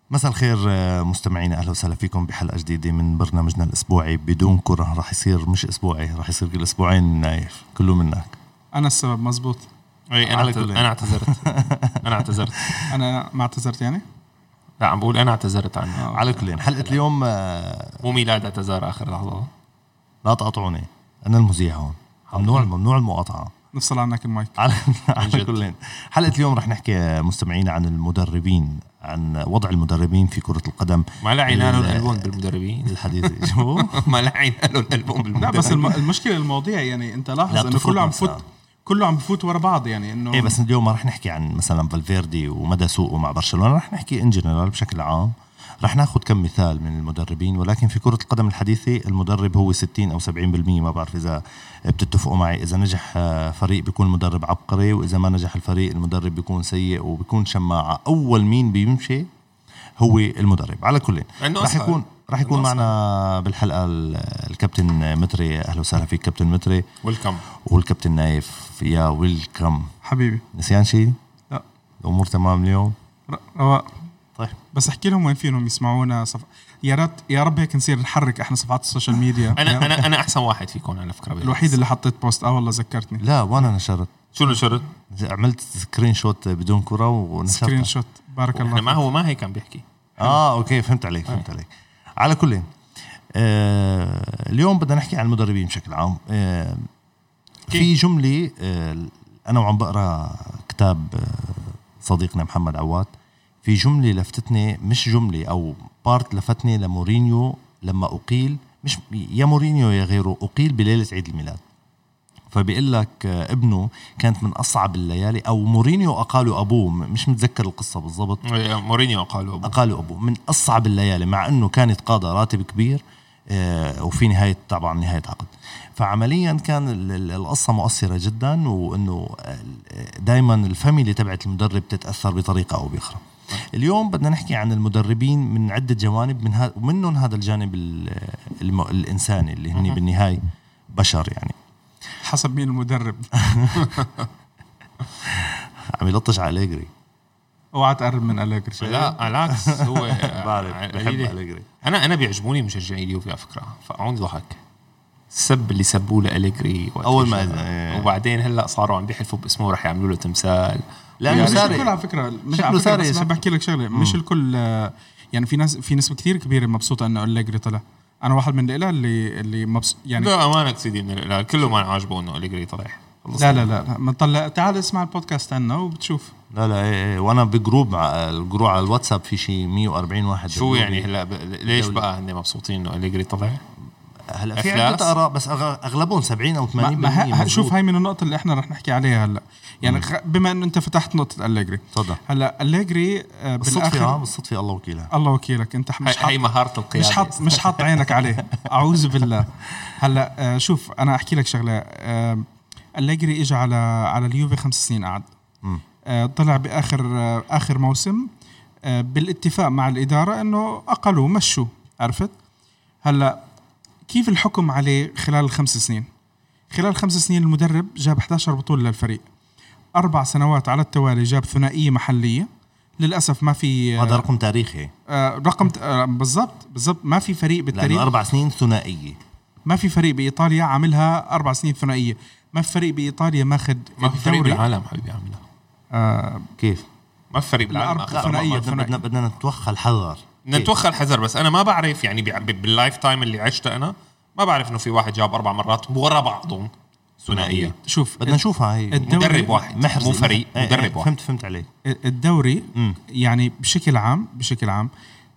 مساء الخير مستمعينا، أهلا وسهلا فيكم بحلقة جديدة من برنامجنا الأسبوعي بدون كرة. راح يصير مش أسبوعي، راح يصير كل أسبوعين. نايف كله منك. أنا السبب مزبوط. أنا اعتذرت. أنا ما اعتذرت يعني. لا عم بقول أنا اعتذرت عنه. على كلين حلقة اليوم مو ميلاد اعتذار آخر لحظة. لا تقاطعوني، أنا المذيع هون. ممنوع المقاطعة. نفصل عنك المايك. على كلين حلقة اليوم رح نحكي مستمعينا عن المدربين، عن وضع المدربين في كرة القدم. ما لعينا له الألبوم بالمدربين الحديث شو ما لعينا له الألبوم بالمدربين. لا بس المشكلة المواضيع يعني أنت لاحظ إنه كله عم بفوت ورا بعض يعني إنه إيه. بس اليوم ما رح نحكي عن مثلا فالفيردي ومدى سوءه مع برشلونة، رح نحكي إن جنرال بشكل عام. رح ناخد كم مثال من المدربين، ولكن في كرة القدم الحديثة المدرب هو 60 أو 70%. ما بعرف إذا بتتفقوا معي. إذا نجح فريق بيكون المدرب عبقري، وإذا ما نجح الفريق المدرب بيكون سيء وبيكون شماعة. أول مين بيمشي هو المدرب. على كل رح يكون معنا بالحلقة الكابتن متري. أهلا وسهلا فيك كابتن متري. ويلكم. والكابتن نايف. يا ويلكم حبيبي. نسيان شيء؟ لا الأمور تمام اليوم. رواق. طيب بس احكي لهم وين فيهم يسمعونا يا رب هيك نصير نحرك احنا صفحات السوشيال ميديا. انا احسن واحد فيكم على فكره. الوحيد اللي حطيت بوست. والله ذكرتني. لا وانا نشرت. شو نشرت؟ عملت سكرين شوت بدون كرة ونشرت سكرين شوت. بارك الله. ما هو ما هيك كان بيحكي. اوكي فهمت عليك. على كل اليوم بدنا نحكي عن المدربين بشكل عام. في جملة انا وعم بقرا كتاب صديقنا محمد عواد. في جملة لفتتني، مش جملة أو بارت لفتني لمورينيو لما أقيل، مش يا مورينيو يا غيره، أقيل بليلة عيد الميلاد. فبيقول لك ابنه كانت من أصعب الليالي، أو مورينيو أقالوا أبوه، مش متذكر القصة بالضبط. مورينيو أقالوا أبوه من أصعب الليالي، مع أنه كان يتقاضى راتب كبير وفي نهاية عقد. فعمليا كان القصة مؤثرة جدا، وأنه دايما الفاميلي تبعت المدرب تتأثر بطريقة أو بأخرى. اليوم بدنا نحكي عن المدربين من عدة جوانب، ومنهم هذا الجانب الإنساني اللي هني بالنهاية بشر يعني. حسب مين المدرب. عم يلطش على أليجري. اوعى تقرب من أليجري. لا العكس هو بحب أليجري. أنا بيعجبوني مشجعي اليوفي على فكرة. فعون ضحك السب اللي سبوه لأليجري أول ما وبعدين هلا صاروا عم بيحلفوا باسمه رح يعملوا له تمثال. لأنه ساري على فكرة مش على فكرة. بس بحكي لك شغلة، مش الكل يعني. في نسبة كتير كبيرة مبسوطة إنه أليجري طلع. أنا واحد من الإله اللي مبسوط يعني. لا أمانك سيدي من الإله كله ما عاجبه إنه أليجري طلع. لا ما طلع. تعال اسمع البودكاست عنا وبتشوف. لا إيه. وأنا بجروب على الواتساب في شيء 140 واحد. شو يعني هلا ليش بقى هن مبسوطين إنه أليجري طلع؟ هلا في عدة آراء، بس أغلبهم 70 أو 80%. شوف هاي من النقطة اللي إحنا رح نحكي عليها هلا يعني. بما إنه أنت فتحت نقطة أليجري. تفضل. هلا أليجري بالصدفة الله وكيلك. أنت هاي مهارة القيادة. مش حاط عينك عليه. أعوذ بالله. هلا شوف أنا أحكي لك شغلة. أليجري إجا على اليوفي 5 سنين قعد. طلع بآخر موسم بالاتفاق مع الإدارة إنه أقلوا مشوا. عرفت؟ هلا كيف الحكم عليه خلال 5 سنين؟ خلال 5 سنين المدرب جاب 11 بطولة للفريق. 4 سنوات على التوالي جاب ثنائية محلية. للأسف ما في هذا رقم تاريخي. رقم بالضبط ما في فريق بالتاريخ 4 سنين ثنائية. ما في فريق بإيطاليا عملها 4 سنين ثنائية. ما في فريق بإيطاليا ماخد ما في فريق بالعالم حبيبي عملها. كيف؟ ما في فريق بالعالم ثنائية. بدنا نتوخى الحذر. بس أنا ما بعرف يعني باللايف تايم اللي عشته أنا ما بعرف إنه في واحد جاب 4 مرات ورا بعضهم ثنائية. شوف بدنا نشوفها هاي. مدرب واحد مو فريق. مدرب واحد. فهمت عليك. الدوري يعني بشكل عام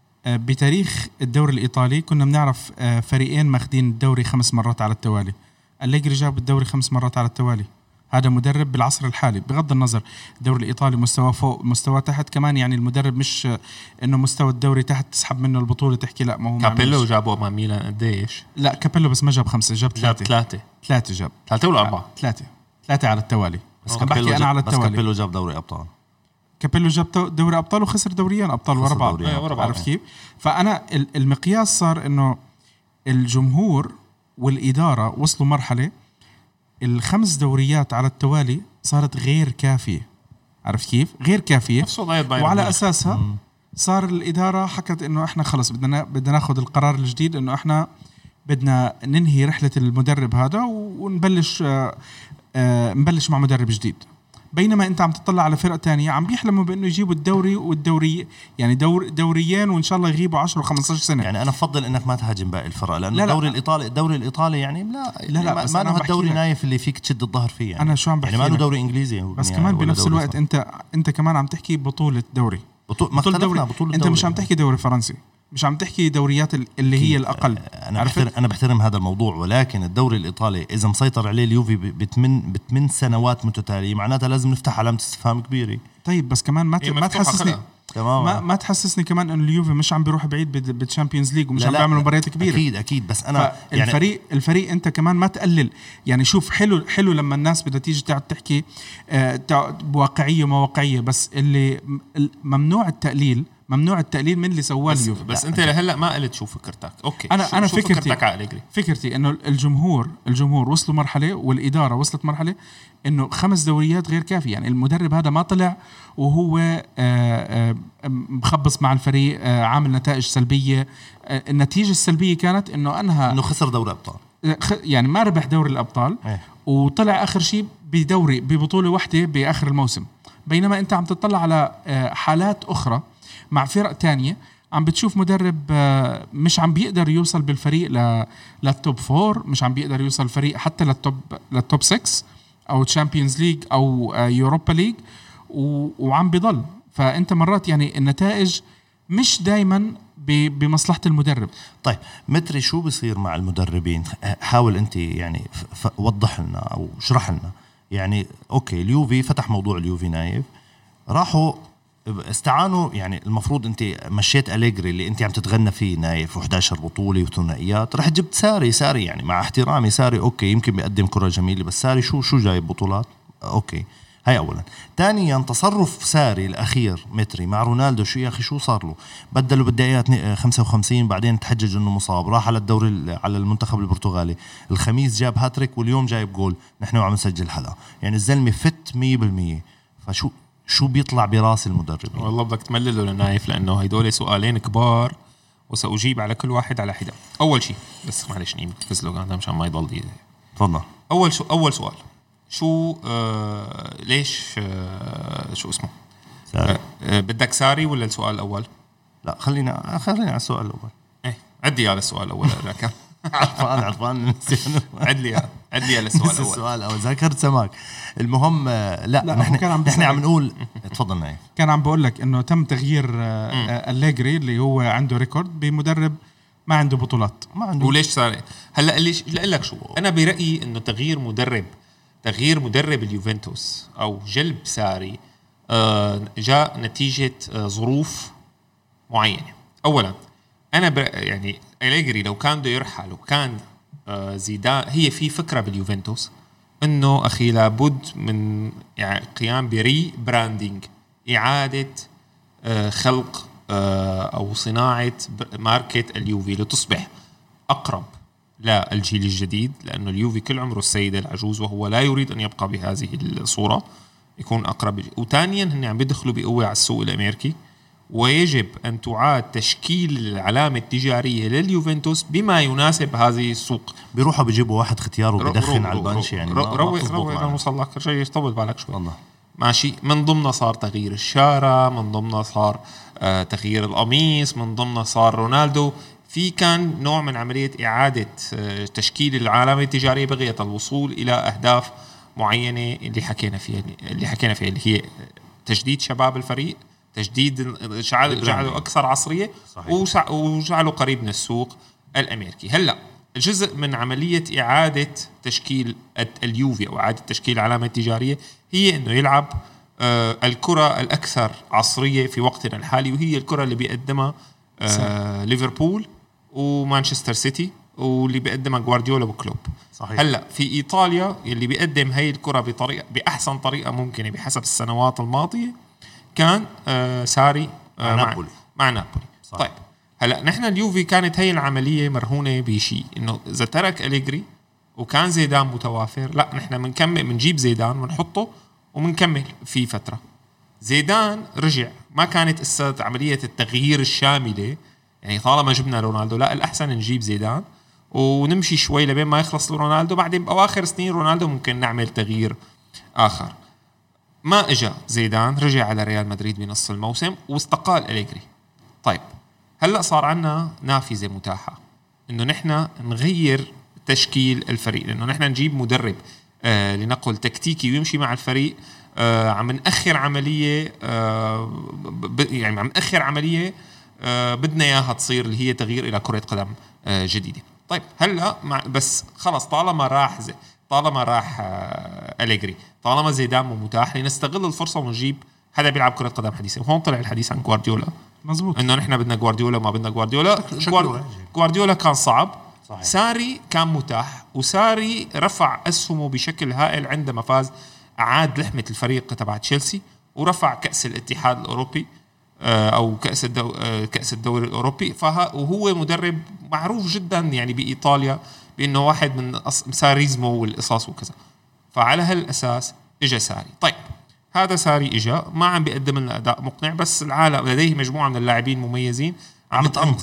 بتاريخ الدوري الإيطالي كنا بنعرف فريقين ماخدين الدوري 5 مرات على التوالي. أليجري جاب الدوري 5 مرات على التوالي. هذا مدرب بالعصر الحالي. بغض النظر الدوري الإيطالي مستوى فوق مستوى تحت كمان يعني. المدرب مش إنه مستوى الدوري تحت تسحب منه البطولة تحكي لا ما هو. كابيلو جابوا مع ميلان قديش؟ لا كابيلو بس ما جاب 5 جاب 3 جاب 3 ولا 4 3 على التوالي. بس بحكي أنا على التوالي. كابيلو جاب دوري أبطال. كابيلو جاب دوري أبطال وخسر دوريين أبطال ورا بعض. عارف كيف؟ فأنا المقياس صار إنه الجمهور والإدارة وصلوا مرحلة 5 دوريات على التوالي صارت غير كافية. عارف كيف؟ غير كافية. وعلى أساسها صار الإدارة حكت إنه إحنا خلص بدنا ناخد القرار الجديد إنه إحنا بدنا ننهي رحلة المدرب هذا ونبلش نبلش مع مدرب جديد. بينما أنت عم تطلع على فرق تانية عم بيحلموا بأنه يجيبوا الدوري والدوري يعني دوريين وإن شاء الله يغيبوا 10 و15 سنة. يعني أنا أفضل إنك ما تهاجم باقي الفرق لأن الدوري الإيطالي يعني لا ما له الدوري نايف اللي فيك تشد الظهر فيه يعني. أنا شو عم بحكي يعني ما له دوري إنجليزي بس كمان بنفس الوقت أنت كمان عم تحكي بطولة دوري بطولة دوري. أنت مش عم تحكي دوري فرنسي مش عم تحكي دوريات اللي هي الأقل. أنا بحترم هذا الموضوع ولكن الدوري الإيطالي إذا مسيطر عليه اليوفي بثمان سنوات متتالية معناتها لازم نفتح علامة استفهام كبيرة. طيب بس كمان ما تحسسني ما تحسسني كمان إنه اليوفي مش عم بيروح بعيد بالتشامبيونز ليج ومش عم بيعمل مباريات كبيرة. أكيد بس أنا يعني الفريق أنت كمان ما تقلل يعني. شوف حلو لما الناس بدها تيجي تحكي بواقعية وما واقعية بس اللي ممنوع التقليل من اللي سواه اليوفي. بس انت لهلا ما قلت شو فكرتك. اوكي انا فكرتي انه الجمهور وصلوا مرحله والاداره وصلت مرحله انه 5 دوريات غير كافي. يعني المدرب هذا ما طلع وهو مخبص مع الفريق عامل نتائج سلبيه. النتيجه السلبيه كانت انه خسر دوري ابطال يعني ما ربح دوري الابطال وطلع اخر شيء ببطوله واحده باخر الموسم. بينما انت عم تطلع على حالات اخرى مع فرق تانية عم بتشوف مدرب مش عم بيقدر يوصل بالفريق للتوب 4 مش عم بيقدر يوصل الفريق حتى للتوب 6 أو تشامبيونز ليج أو يوروبا ليج وعم بيضل. فأنت مرات يعني النتائج مش دايما بمصلحة المدرب. طيب متري شو بيصير مع المدربين؟ حاول أنت يعني وضح لنا أو شرح لنا. يعني أوكي اليوفي فتح موضوع اليوفي نايف راحوا استعانوا يعني المفروض انت مشيت أليجري اللي انت عم تتغنى فيه نايف و11 بطولة وثنائيات رح جبت ساري يعني مع احترامي ساري اوكي يمكن بيقدم كرة جميلة بس ساري شو جايب بطولات اوكي. هاي اولا. ثانيا تصرف ساري الاخير متري مع رونالدو شو يا اخي شو صار له؟ بدلوا بالدقيقة 55 بعدين تحجج انه مصاب راح على الدوري على المنتخب البرتغالي الخميس جاب هاتريك واليوم جايب جول نحن وعم نسجل حلقة. يعني الزلمة فت 100%. شو بيطلع براس المدرب؟ والله بدك تملله لنايف لأنه هيدول سؤالين كبار وسأجيب على كل واحد على حدة. أول شيء بس معلش نيم تفزله هذا مشان ما يضل دي. تفضل. أول سؤال شو ليش شو اسمه ساري. بدك ساري ولا السؤال الأول؟ لا خلينا على السؤال الأول. عدي على السؤال الأول لك. عطفان عدلي على السؤال الأول ذكرت سماك. المهم لا نحن عم نقول تفضل معي. كان عم بقول لك انه تم تغيير أليجري اللي هو عنده ريكورد بمدرب ما عنده بطولات ما عنده. وليش صار هلا ليش لك شو انا برأيي انه تغيير مدرب اليوفنتوس او جلب ساري جاء نتيجة ظروف معينة. اولا انا يعني أليجري لو كان بده يرحل وكان زيدان هي في فكرة باليوفنتوس انه اخي لابد من يعني قيام بري براندينج اعادة خلق او صناعة ماركة اليوفي لتصبح اقرب للجيل الجديد لانه اليوفي كل عمره السيد العجوز وهو لا يريد ان يبقى بهذه الصورة يكون اقرب. وثانيا هن عم بيدخلوا بقوة على السوق الامريكي ويجب أن تعاد تشكيل العلامة التجارية لليوفنتوس بما يناسب هذه السوق. بيروحوا بيجيبوا واحد ختيار وبيدخن على البنش يعني روي نوصل لك شيء يطول بالك شوي الله. ماشي. من ضمنه صار تغيير الشارة من ضمنه صار تغيير القميص من ضمنه صار رونالدو. في كان نوع من عملية إعادة تشكيل العلامة التجارية بغية الوصول إلى أهداف معينة اللي حكينا فيها اللي هي تجديد شباب الفريق تجديد جعله أكثر عصرية وجعله قريب من السوق الأمريكي. هلأ جزء من عملية إعادة تشكيل اليوفي أو إعادة تشكيل العلامة التجارية هي أنه يلعب الكرة الأكثر عصرية في وقتنا الحالي وهي الكرة اللي بيقدمها ليفربول ومانشستر سيتي واللي بيقدمها غوارديولا وكلوب. صحيح. هلأ في إيطاليا اللي بيقدم هاي الكرة بأحسن طريقة ممكنة بحسب السنوات الماضية كان ساري مع نابولي. طيب هلا نحن اليوفي كانت هي العمليه مرهونه بشيء انه اذا ترك أليجري وكان زيدان متوافر لا نحن بنكمل بنجيب زيدان ونحطه وبنكمل في فتره. زيدان رجع ما كانت قصة عملية التغيير الشاملة. يعني طالما جبنا رونالدو لا الأحسن نجيب زيدان ونمشي شوي لبين ما يخلص رونالدو، بعدين بأواخر سنين رونالدو ممكن نعمل تغيير آخر. ما إجا زيدان، رجع على ريال مدريد بنص الموسم واستقال أليجري. طيب هلأ صار عنا نافذة متاحة إنه نحن نغير تشكيل الفريق، لأنه نحن نجيب مدرب لنقل تكتيكي ويمشي مع الفريق. عم نأخر عملية يعني عم نأخر عملية بدنا إياها تصير اللي هي تغيير إلى كرة قدم جديدة. طيب هلأ بس خلص طالما راح أليجري، طالما زيدان متاح، لنستغل الفرصة ونجيب حدا بيلعب كرة قدم حديثة. وهون طلع الحديث عن جوارديولا. مزبوط إنه نحن بدنا جوارديولا وما بدنا جوارديولا. جوارديولا كان صعب. صحيح. ساري كان متاح، وساري رفع أسهمه بشكل هائل عندما فاز، أعاد لحمة الفريق تبع تشيلسي ورفع كأس الاتحاد الأوروبي أو كأس الدوري الأوروبي. وهو مدرب معروف جدا يعني بإيطاليا بأنه واحد من ساريزمو والقصص وكذا. فعلى هالأساس إجا ساري. طيب هذا ساري إجا ما عم بيقدم لنا أداء مقنع، بس العالم لديه مجموعة من اللاعبين مميزين عم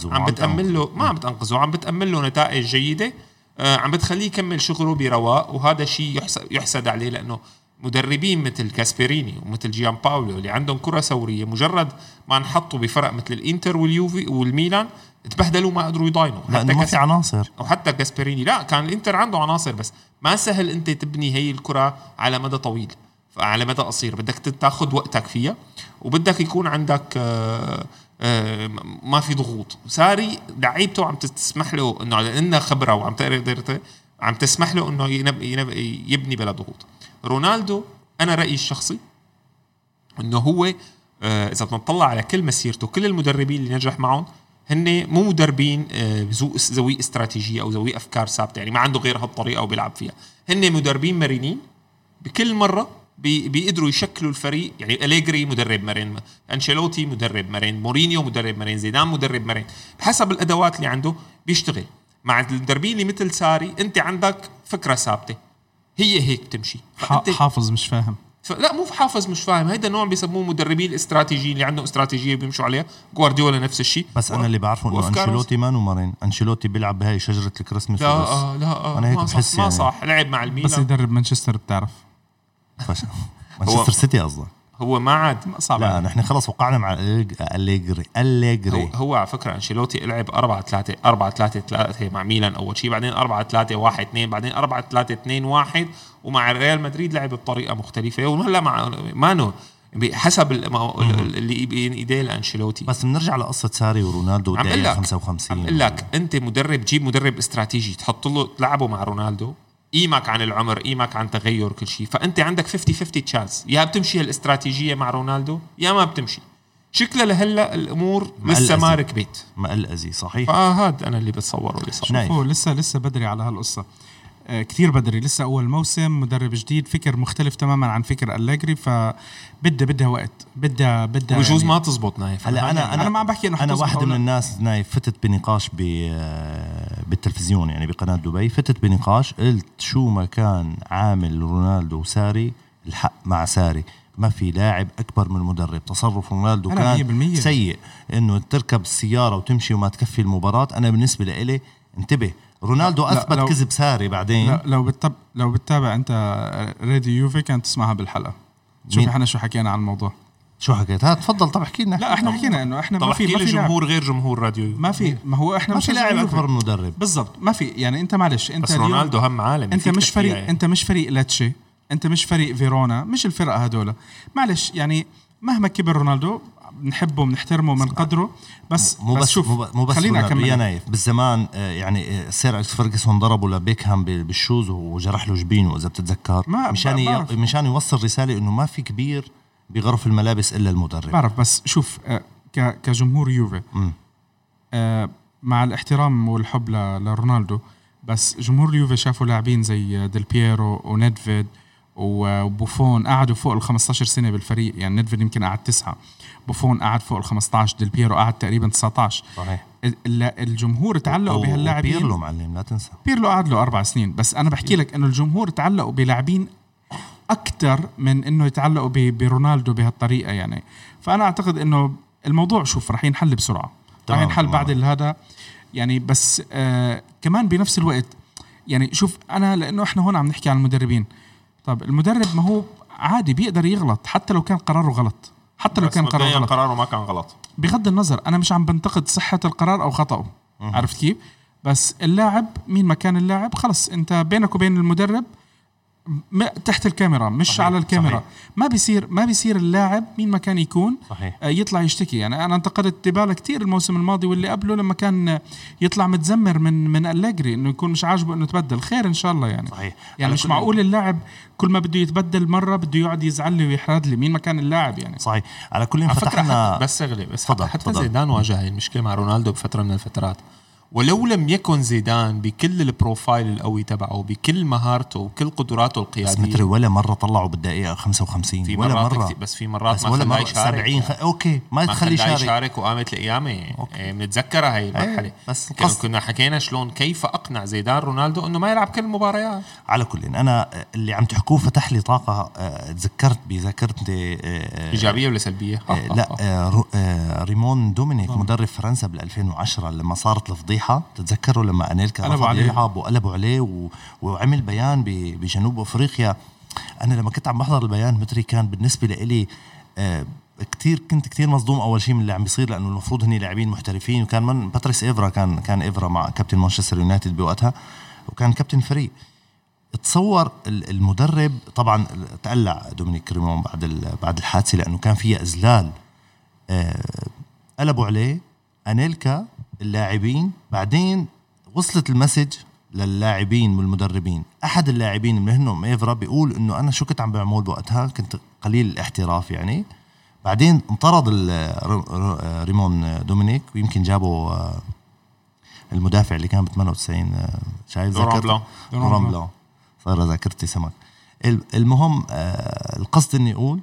بتأمل له نتائج جيدة، عم بتخليه يكمل شغله برواء. وهذا شيء يحسد عليه، لأنه مدربين مثل كاسبريني ومثل جيان باولو اللي عندهم كرة ثورية مجرد ما نحطوا بفرق مثل الإنتر واليوفي والميلان تبهدلوا ما قدروا يضاينوا. لأنه ما في عناصر. وحتى كاسبريني لا، كان الإنتر عنده عناصر بس ما سهل أنت تبني هي الكرة على مدى طويل. على مدى قصير بدك تاخد وقتك فيها، وبدك يكون عندك ما في ضغوط. ساري لعيبته عم تسمح له انه لانه خبره وعم تقدر عم تسمح له انه يبني بلا ضغوط. رونالدو انا رايي الشخصي انه هو اذا بنطلع على كل مسيرته كل المدربين اللي نجح معهم هن مو مدربين ذوي استراتيجيه او ذوي افكار ثابته، يعني ما عنده غير هالطريقه وبيلعب فيها. هن مدربين مرنين بكل مره بيقدروا يشكلوا الفريق. يعني أليجري مدرب مرن، أنشيلوتي مدرب مرن، مورينيو مدرب مرن، زيدان مدرب مرن، بحسب الأدوات اللي عنده بيشتغل. مع المدربين اللي مثل ساري أنت عندك فكرة ثابتة هي هيك تمشي. حافظ مش فاهم. لا مو حافظ مش فاهم، هيدا نوع بيسموه مدربين الاستراتيجيين اللي عندهم استراتيجية بيمشوا عليها. جوارديولا نفس الشيء. بس أنا اللي بعرفه إنه أنشيلوتي ما نمرين. أنشيلوتي بيلعب بهاي شجرة الكريسماس. لا أنا هيك بحس ما صح لعب مع الميلان بس يدرب مانشستر بتعرف مانشستر سيتي قصدك. هو ما عاد صعب. لا نحن خلاص وقعنا مع أليجري. هو على فكرة أنشيلوتي لعب 4-3-3 مع ميلان أول شيء، بعدين 4-3-1-2، بعدين 4-3-2-1، ومع ريال مدريد لعب بطريقة مختلفة. وهلا مع مانو بحسب اللي بين ايديه لأنشيلوتي. بس بنرجع لقصة ساري ورونالدو الدقيقة 55. عم لك انت مدرب، جيب مدرب استراتيجي تحط له تلعبه مع رونالدو، قيمك عن العمر، قيمك عن تغير كل شيء. فأنت عندك 50-50 تشانس، يا بتمشي الاستراتيجية مع رونالدو يا ما بتمشي. شكلها لهلا الأمور لسه ما ركبت، ما الأزي صحيح. هذا أنا اللي بتصوره اللي صار. شوفوا لسه بدري على هالقصة، كتير بدري، لسه أول موسم، مدرب جديد، فكر مختلف تماما عن فكر أليجري، فبدها وقت، بدها ويجوز يعني ما تزبط نايف. هلا أنا ما بحكي إنه أنا واحد من الناس نايف فتت بنقاش بالتلفزيون يعني بقناة دبي، فتت بنقاش قلت شو ما كان عامل رونالدو وساري الحق مع ساري. ما في لاعب أكبر من المدرب. تصرف رونالدو كان سيء، إنه تركب السيارة وتمشي وما تكفي المباراة. أنا بالنسبة لإلي انتبه، رونالدو أثبت كذب ساري بعدين. لو بتتابع أنت راديو يوفي كانت تسمعها بالحلقة. شوف احنا شو حكينا عن الموضوع. شو حكيت؟ تفضل. طب احكي لنا. لا احنا حكينا انه احنا ما في جمهور غير جمهور راديو. ما هو احنا مش لاعب اكبر من مدرب بالضبط. ما في يعني انت معلش انت بس رونالدو هم عالم. انت مش فريق يعني. انت مش فريق لاتشي، انت مش فريق فيرونا، مش الفرق هدول. معلش يعني مهما كبر رونالدو بنحبه بنحترمه بنقدره، بس شوف مو بس خلينا اكمل. نايف بالزمان يعني سير أليكس فيرغسون ضربه لبيكهام بالشوز وجرح له جبينه اذا بتتذكر، مشان يوصل رساله انه ما في كبير بغرف الملابس الا المدرب. بعرف بس شوف كجمهور يوفي مع الاحترام والحب لرونالدو، بس جمهور يوفي شافوا لاعبين زي ديل بييرو ونيدفيد وبوفون قعدوا فوق 15 سنة بالفريق. يعني نيدفيد يمكن قعد 9، بوفون قعد فوق 15، ديل بييرو قعد تقريبا 19. صحيح. الجمهور تعلقوا بهاللاعبين. بيرلو معلم لا تنسى، بيرلو قعد له 4 سنين. بس أنا بحكي لك إنه الجمهور تعلقوا بلاعبين أكتر من إنه يتعلقوا برونالدو بهالطريقة يعني. فأنا أعتقد إنه الموضوع شوف رح ينحل بسرعة، رح ينحل بعد هذا يعني. بس كمان بنفس الوقت يعني شوف أنا لأنه إحنا هون عم نحكي عن المدربين. طب المدرب ما هو عادي بيقدر يغلط حتى لو كان قراره غلط، حتى لو كان قراره ما كان غلط بغض النظر. أنا مش عم بنتقد صحة القرار أو خطأه، عرفت كيف؟ بس اللاعب مين ما كان اللاعب خلص أنت بينك وبين المدرب تحت الكاميرا مش صحيح. على الكاميرا صحيح. ما بيصير اللاعب مين ما كان يكون صحيح. يطلع يشتكي. يعني أنا انتقدت ديبالا كتير الموسم الماضي واللي قبله لما كان يطلع متذمر من أليجري إنه يكون مش عاجبه إنه تبدل. خير إن شاء الله يعني صحيح. يعني مش معقول اللاعب كل ما بده يتبدل مرة بده يقعد يزعل لي ويحرد لي مين ما كان اللاعب يعني صحيح. على كل فتحنا بس أغلب بس حتى زيدان واجه هاي المشكلة مع رونالدو بفترة من الفترات، ولو لم يكن زيدان بكل البروفايل القوي تبعه بكل مهارته وكل قدراته القيادية بس متري ولا مرة طلعوا بالدقيقة 55 في ولا مرة بس في مرات بس ما خلاه يشارك 70 أوكي ما تخلي يشارك وقامت القيامة متذكرة هاي المرحلة. بس كنا حكينا شلون كيف أقنع زيدان رونالدو إنه ما يلعب كل المباريات. على كل أنا اللي عم تحكوه فتح لي طاقة. تذكرت بذاكرتي إيجابية ولا سلبية؟ لا ريمون دومينيك مدرب فرنسا بال2010 لما صارت الفضيحة تتذكروا لما أنيلكا رفض يلعب وقلبوا عليه وعمل بيان بجنوب أفريقيا. أنا لما كنت عم بحضر البيان متري كان بالنسبة لي كنت كتير مصدوم أول شيء من اللي عم بيصير، لأنه المفروض هني لاعبين محترفين. وكان من باتريس إيفرا كان إيفرا مع كابتن مانشستر يونايتد بوقتها وكان كابتن فريق. تصور المدرب طبعا تقلع دومينيك ريمون بعد الحادثة لأنه كان فيها إذلال. قلبوا عليه أنيلكا اللاعبين. بعدين وصلت المسج للاعبين والمدربين. أحد اللاعبين منهم إيفرا بيقول إنه أنا شو كنت عم بعمل بوقتها كنت قليل الاحتراف يعني. بعدين انطرد ريمون دومينيك ويمكن جابوا المدافع اللي كان ب98 شايف ذاكرتي دوران بلان صار ذاكرتي سمك. المهم القصد إني أقول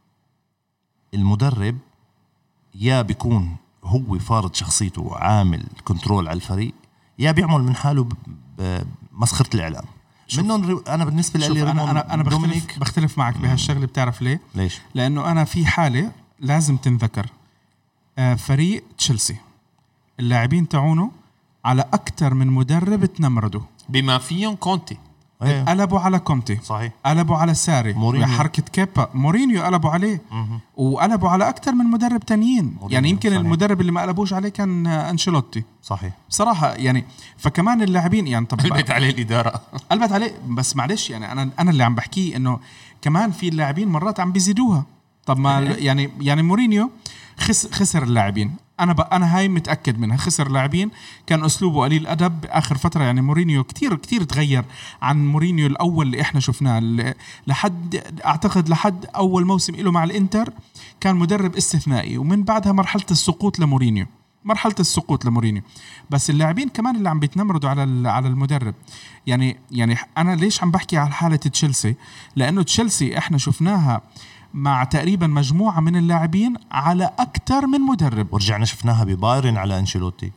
المدرب يا بيكون هو فارض شخصيته وعامل كنترول على الفريق يا بيعمل من حاله بمسخرة الإعلام. منهم أنا بالنسبة لي أنا بختلف معك بهالشغلة. بتعرف ليه؟ ليش؟ لأنه أنا في حالة لازم تنذكر. فريق تشيلسي اللاعبين تعونه على أكتر من مدرب تنمردوا بما فيهم كونتي. قلبوا على كونتي صحيح. قلبوا على ساري حركة كيبا مورينيو قلبوا عليه وقلبوا على أكتر من مدرب تانيين يعني يمكن صحيح. المدرب اللي ما قلبوش عليه كان أنشيلوتي صحيح بصراحة يعني. فكمان اللاعبين يعني طب قلبت عليه الإدارة قلبت عليه. بس معلش يعني أنا اللي عم بحكيه إنه كمان في اللاعبين مرات عم بيزيدوها. طب ما يعني مورينيو خسر اللاعبين. أنا هاي متأكد منها. خسر لاعبين كان أسلوبه قليل أدب آخر فترة. يعني مورينيو كتير تغير عن مورينيو الأول اللي إحنا شفناه أعتقد لحد أول موسم له مع الإنتر كان مدرب استثنائي. ومن بعدها مرحلة السقوط لمورينيو. بس اللاعبين كمان اللي عم بيتنمردوا على المدرب. يعني أنا ليش عم بحكي على حالة تشيلسي؟ لأنه تشيلسي إحنا شفناها مع تقريبا مجموعة من اللاعبين على أكتر من مدرب. ورجعنا شفناها ببايرن على أنشيلوتي.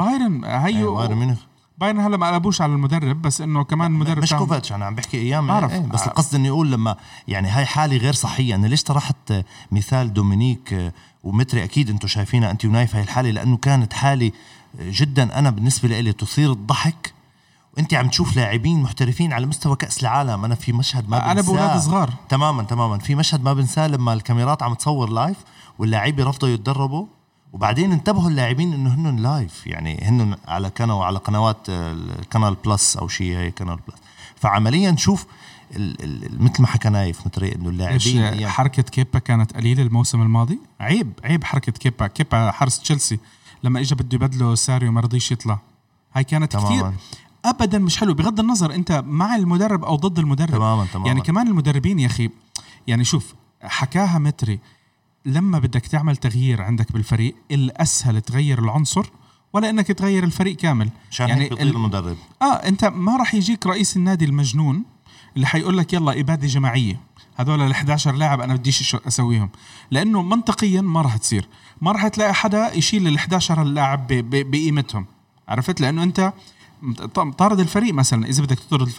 بايرن هلا ما قلبوش على المدرب بس إنه كمان المدرب مش كوفاتش. أنا عم بحكي أيام بس القصد إني أقول لما يعني هاي حالة غير صحية. أنا ليش طرحت مثال دومينيك ومتري أكيد أنتوا شايفينها أنت ونايف هاي الحالة لأنه كانت حالة جدا أنا بالنسبة لي تثير الضحك. وانت عم تشوف لاعبين محترفين على مستوى كأس العالم. انا في مشهد ما بنساه. انا بولاد صغار تماما في مشهد ما بنساه لما الكاميرات عم تصور لايف واللاعبين رفضوا يتدربوا وبعدين انتبهوا اللاعبين انه هن لايف يعني هن على على قنوات الكانال بلس او شيء هي كانال بلس. فعمليا نشوف مثل ما حكى نايف متري انه اللاعبين حركة كيبا كانت قليلة الموسم الماضي. عيب حركة كيبا حارس تشيلسي لما اجى بده يبدله ساريو ما رضيش يطلع. هاي كانت كتير ابدا مش حلو بغض النظر انت مع المدرب او ضد المدرب. تماما. يعني كمان المدربين يا اخي يعني شوف حكاها متري لما بدك تعمل تغيير عندك بالفريق الاسهل تغير العنصر ولا انك تغير الفريق كامل. يعني المدرب انت ما راح يجيك رئيس النادي المجنون اللي حيقول لك يلا اباده جماعيه هذول ال11 لاعب انا بديش اسويهم لانه منطقيا ما راح تصير. ما راح تلاقي حدا يشيل ال11 اللاعب بقيمتهم. عرفت؟ لانه انت طارد الفريق مثلا اذا بدك تطرد الفريق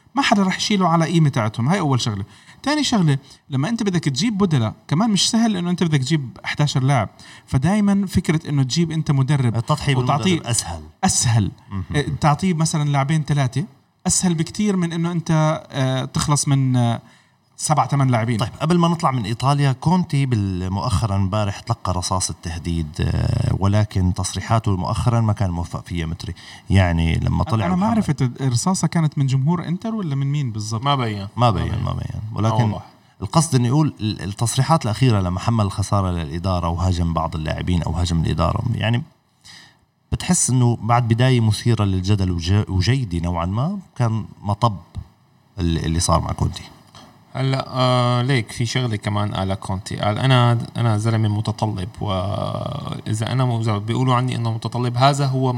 ما حدا رح يشيله على قيمة تاعتهم. هاي أول شغلة. تاني شغلة، لما أنت بدك تجيب بدلة كمان مش سهل، إنه أنت بدك تجيب 11 لاعب. فدايما فكرة إنه تجيب أنت مدرب التضحية بالمدرب أسهل. تعطيه مثلا لاعبين 3 أسهل بكتير من إنه أنت تخلص من 7-8 لاعبين. طيب قبل ما نطلع من إيطاليا، كونتي مؤخرا امبارح تلقى رصاص التهديد، ولكن تصريحاته مؤخرا ما كان موفق فيها متري. يعني لما طلع أنا ما عرفت الرصاصة كانت من جمهور إنتر ولا من مين بالضبط، ما بين ولكن القصد أن يقول التصريحات الأخيرة لما حمل الخسارة للإدارة وهاجم بعض اللاعبين أو هاجم الإدارة، يعني بتحس أنه بعد بداية مثيرة للجدل وجيدة نوعا ما كان مطب اللي صار مع كونتي. هلا ليك في شغله كمان على كونتي. قال انا زلمه متطلب، واذا انا بيقولوا عني انه متطلب، هذا هو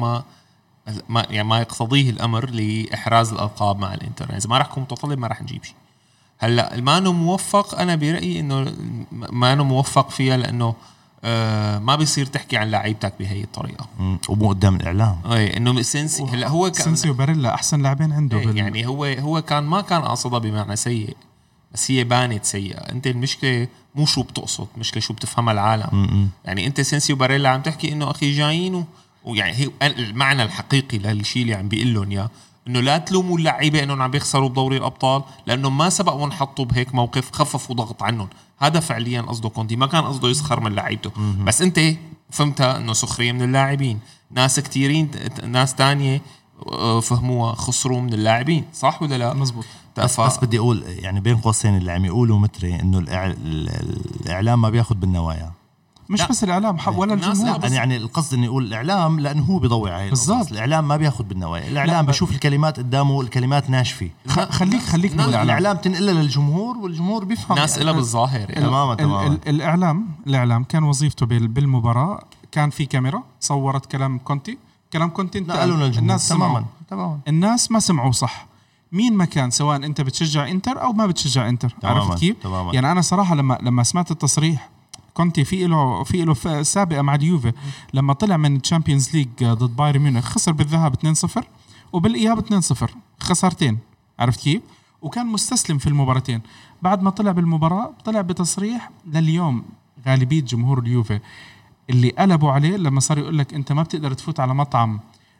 ما يقتضيه الامر لاحراز الالقاب مع الانتر. يعني اذا ما راح اكون متطلب ما راح نجيب شيء. هلا ما انه موفق، انا برايي انه ما انه موفق فيها، لانه ما بيصير تحكي عن لعيبتك بهي الطريقه ومو قدام الاعلام. اي انه سينسي هلا هو كان سينسي وباريلا احسن لاعبين عنده يعني هو كان ما كان قاصدها بمعنى سيء، بس هي بانت سيئة. انت المشكلة مو شو بتقصد، مشكلة شو بتفهمها العالم. يعني انت سينسي وباريلا عم تحكي انه اخي جايين ويعني هي المعنى الحقيقي للشيء اللي عم بيقول لهم اياه، انه لا تلوموا اللعيبة انهم عم بيخسروا بدوري الابطال لانهم ما سبقوا نحطوا بهيك موقف خففوا ضغط عنهم. هذا فعليا قصده كونتي، ما كان قصده يسخر من لعيبته. بس انت فهمتها انه سخرية من اللاعبين. ناس كتيرين، ناس تانية فهموها خسروا من اللاعبين، صح ولا لا؟ مزبوط. بس بدي اقول يعني بين قوسين اللي عم يقولوا متري انه الاعلام ما بياخد بالنوايا. مش لا. بس الاعلام ولا الجمهور. يعني القصد انه يقول الاعلام لانه هو بيضوي عليه بالضبط. الاعلام ما بياخد بالنوايا، الاعلام بيشوف الكلمات قدامه، الكلمات ناشفه. خليك الاعلام تنقلها للجمهور والجمهور بيفهم ناس إلها بالظاهر. تماما. الاعلام كان وظيفته بالمباراه، كان في كاميرا صورت كلام كونتي الناس تماما. الناس ما سمعوا صح. مين ما كان، سواء انت بتشجع انتر او ما بتشجع انتر، عرفت كيف؟ يعني انا صراحه لما سمعت التصريح، كونتي في له سابقه مع اليوفي لما طلع من الشامبيونز ليج ضد بايرن ميونخ، خسر بالذهاب 2-0 وبالاياب 2-0، خسارتين، عرفت كيف؟ وكان مستسلم في المباراتين. بعد ما طلع بالمباراه طلع بتصريح لليوم غالبيه جمهور اليوفي اللي قلبوا عليه لما صار يقول لك انت ما بتقدر تفوت على مطعم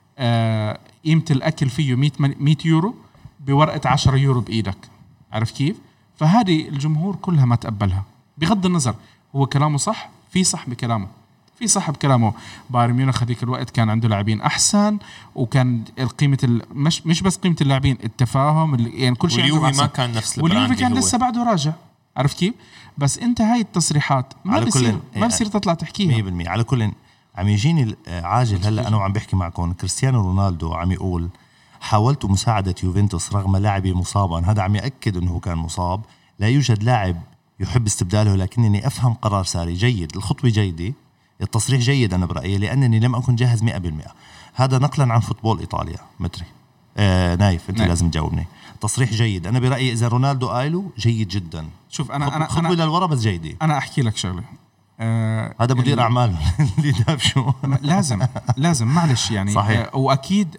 قيمه الاكل فيه 100 يورو بورقه 10 يورو بايدك، عارف كيف؟ فهذه الجمهور كلها ما تقبلها. بغض النظر هو كلامه صح، في صح بكلامه. بايرن ميونخ هذيك الوقت كان عنده لاعبين احسن، وكان القيمه مش بس قيمه اللاعبين، التفاهم يعني كل شيء. واليوفي ما كان نفس البراند، واليوفي كان لسه بعده راجع، عرفت كيف؟ بس انت هاي التصريحات ما بصير تطلع تحكيها 100%. على كل عم يجيني عاجل هلا انا وعم بحكي معكم، كريستيانو رونالدو عم يقول حاولت مساعدة يوفنتوس رغم لاعبي مصابا. هذا عم يأكد أنه كان مصاب. لا يوجد لاعب يحب استبداله، لكنني أفهم قرار ساري جيد. الخطوة جيدة، التصريح جيد أنا برأيي، لأنني لم أكن جاهز 100%. هذا نقلا عن فوتبول إيطاليا متري. نايف أنت لازم تجاوبني. تصريح جيد أنا برأيي، إذا رونالدو قايله جيد جدا. شوف أنا خطوة للوراء بس جيدة. أنا أحكي لك شغلة. هذا مدير أعمال اللي دافشو. لازم معلش يعني. صحيح. وأكيد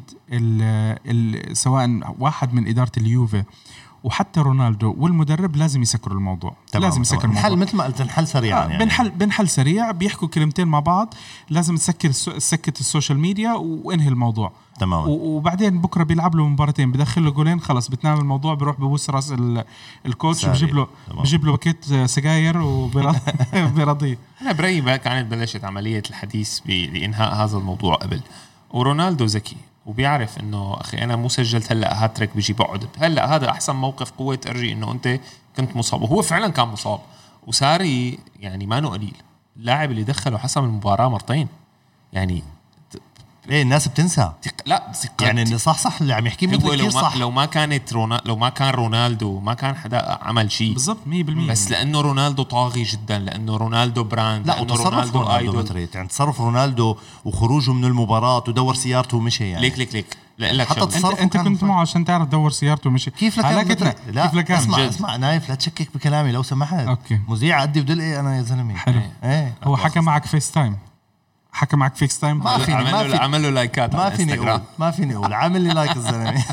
سواء واحد من إدارة اليوفي وحتى رونالدو والمدرب لازم يسكروا الموضوع. لازم يسكر الموضوع. الحل مثل ما قلت، الحل سريع يعني. بنحل سريع، بيحكوا كلمتين مع بعض، لازم سكت السوشيال ميديا وانهي الموضوع تماما. وبعدين بكره بيلعب له مباراتين، بدخل له جولين، خلص بتنام الموضوع، بيروح ببوس راس الكوتش وبجيب له باكيت سجاير وبيرضيه. انا برايي كانت بلشت عمليه الحديث بانهاء هذا الموضوع قبل. ورونالدو ذكي وبيعرف انه اخي انا مو سجلت هلا هاتريك بيجي بقعد هلا. هذا احسن موقف قوه ارجي انه انت كنت مصاب، وهو فعلا كان مصاب. وساري يعني ما قليل اللاعب اللي دخله حسم المباراه مرتين يعني. ايه الناس بتنسى. لا يعني انه صح اللي عم يحكي مثل صح. لو ما كان رونالدو ما كان حدا عمل شيء بالضبط 100%. بس لانه رونالدو طاغي جدا، لانه رونالدو براند، لا رونالدو ايدول. يعني تصرف رونالدو وخروجه من المباراة ودور سيارته ومشي يعني. ليك لا انت كنت معه عشان تعرف دور سيارته ومشي. كيف لك لا اسمع نايف، لا تشكك بكلامي لو سمحت. أوكي. مذيع قدي بدل انا يا زلمه. حلو. هو حكى معك فيس تايم. عمل له لايكات ما فيني اقول عامل لي لايك الزلمه.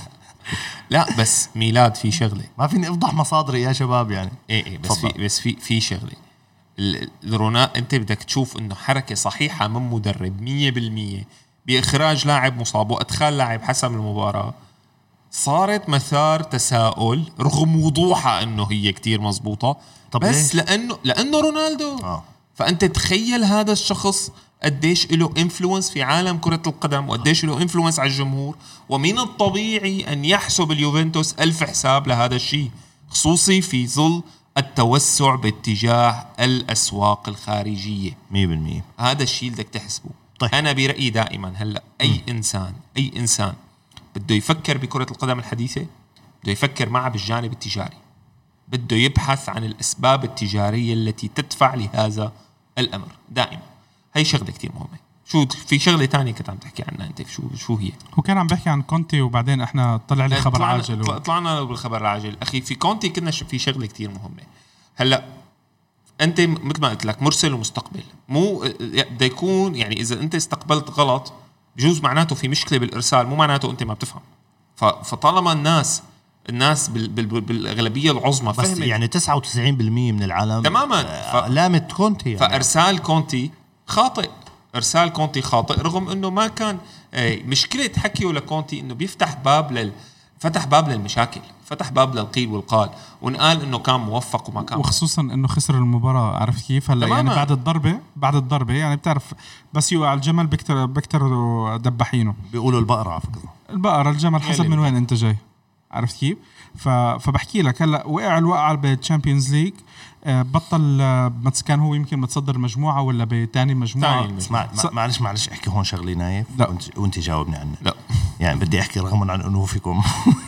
لا بس ميلاد في شغله ما فيني افضح مصادري يا شباب يعني. ايه بس في شغله انت بدك تشوف انه حركه صحيحه من مدرب 100% باخراج لاعب مصاب وادخال لاعب حسب المباراه صارت مثار تساؤل رغم وضوحها انه هي كتير مزبوطه. بس لانه رونالدو. فانت تخيل هذا الشخص قديش له انفلونس في عالم كرة القدم وقديش له انفلونس على الجمهور. ومن الطبيعي أن يحسب اليوفنتوس 1000 حساب لهذا الشيء خصوصي في ظل التوسع باتجاه الأسواق الخارجية 100%. هذا الشيء بدك تحسبه. طيب. أنا برأيي دائما هلأ أي إنسان بده يفكر بكرة القدم الحديثة بده يفكر معه بالجانب التجاري بده يبحث عن الأسباب التجارية التي تدفع لهذا الأمر دائما. هي شغلة كتير مهمة. شو في شغلة تانية كنت عم تحكي عنها أنت شو هي؟ هو كان عم بحكي عن كونتي وبعدين إحنا طلع لي خبر عاجل طلعنا بالخبر العاجل. أخي في كونتي كنا في شغلة كتير مهمة. هلأ أنت مثل ما قلت لك مرسل ومستقبل مو بده يكون يعني إذا أنت استقبلت غلط بجوز معناته في مشكلة بالإرسال مو معناته أنت ما بتفهم. فطالما الناس بالأغلبية العظمى بس فهمت يعني 99% من العالم تماما علامة كونتي يعني. فإرسال كونتي خاطئ. إرسال كونتي خاطئ رغم أنه ما كان مشكلة حكيه لكونتي أنه فتح باب للمشاكل فتح باب للقيل والقال ونقال أنه كان موفق وما كان وخصوصا أنه خسر المباراة. عرفت كيف هلا يعني بعد الضربة يعني بتعرف بس يوقع الجمل بكتر دبحينه بيقولوا البقرة على فكرة البقرة الجمل حسب من وين أنت جاي. عرفت كيف فبحكي لك هلا وقع الوقعة بالتشامبيونز ليج بطل كان هو يمكن متصدر مجموعة ولا بتاني مجموعة. معلش احكي هون شغلي نايف وانت جاوبني عنه. لا يعني بدي احكي رغم عن انوفكم.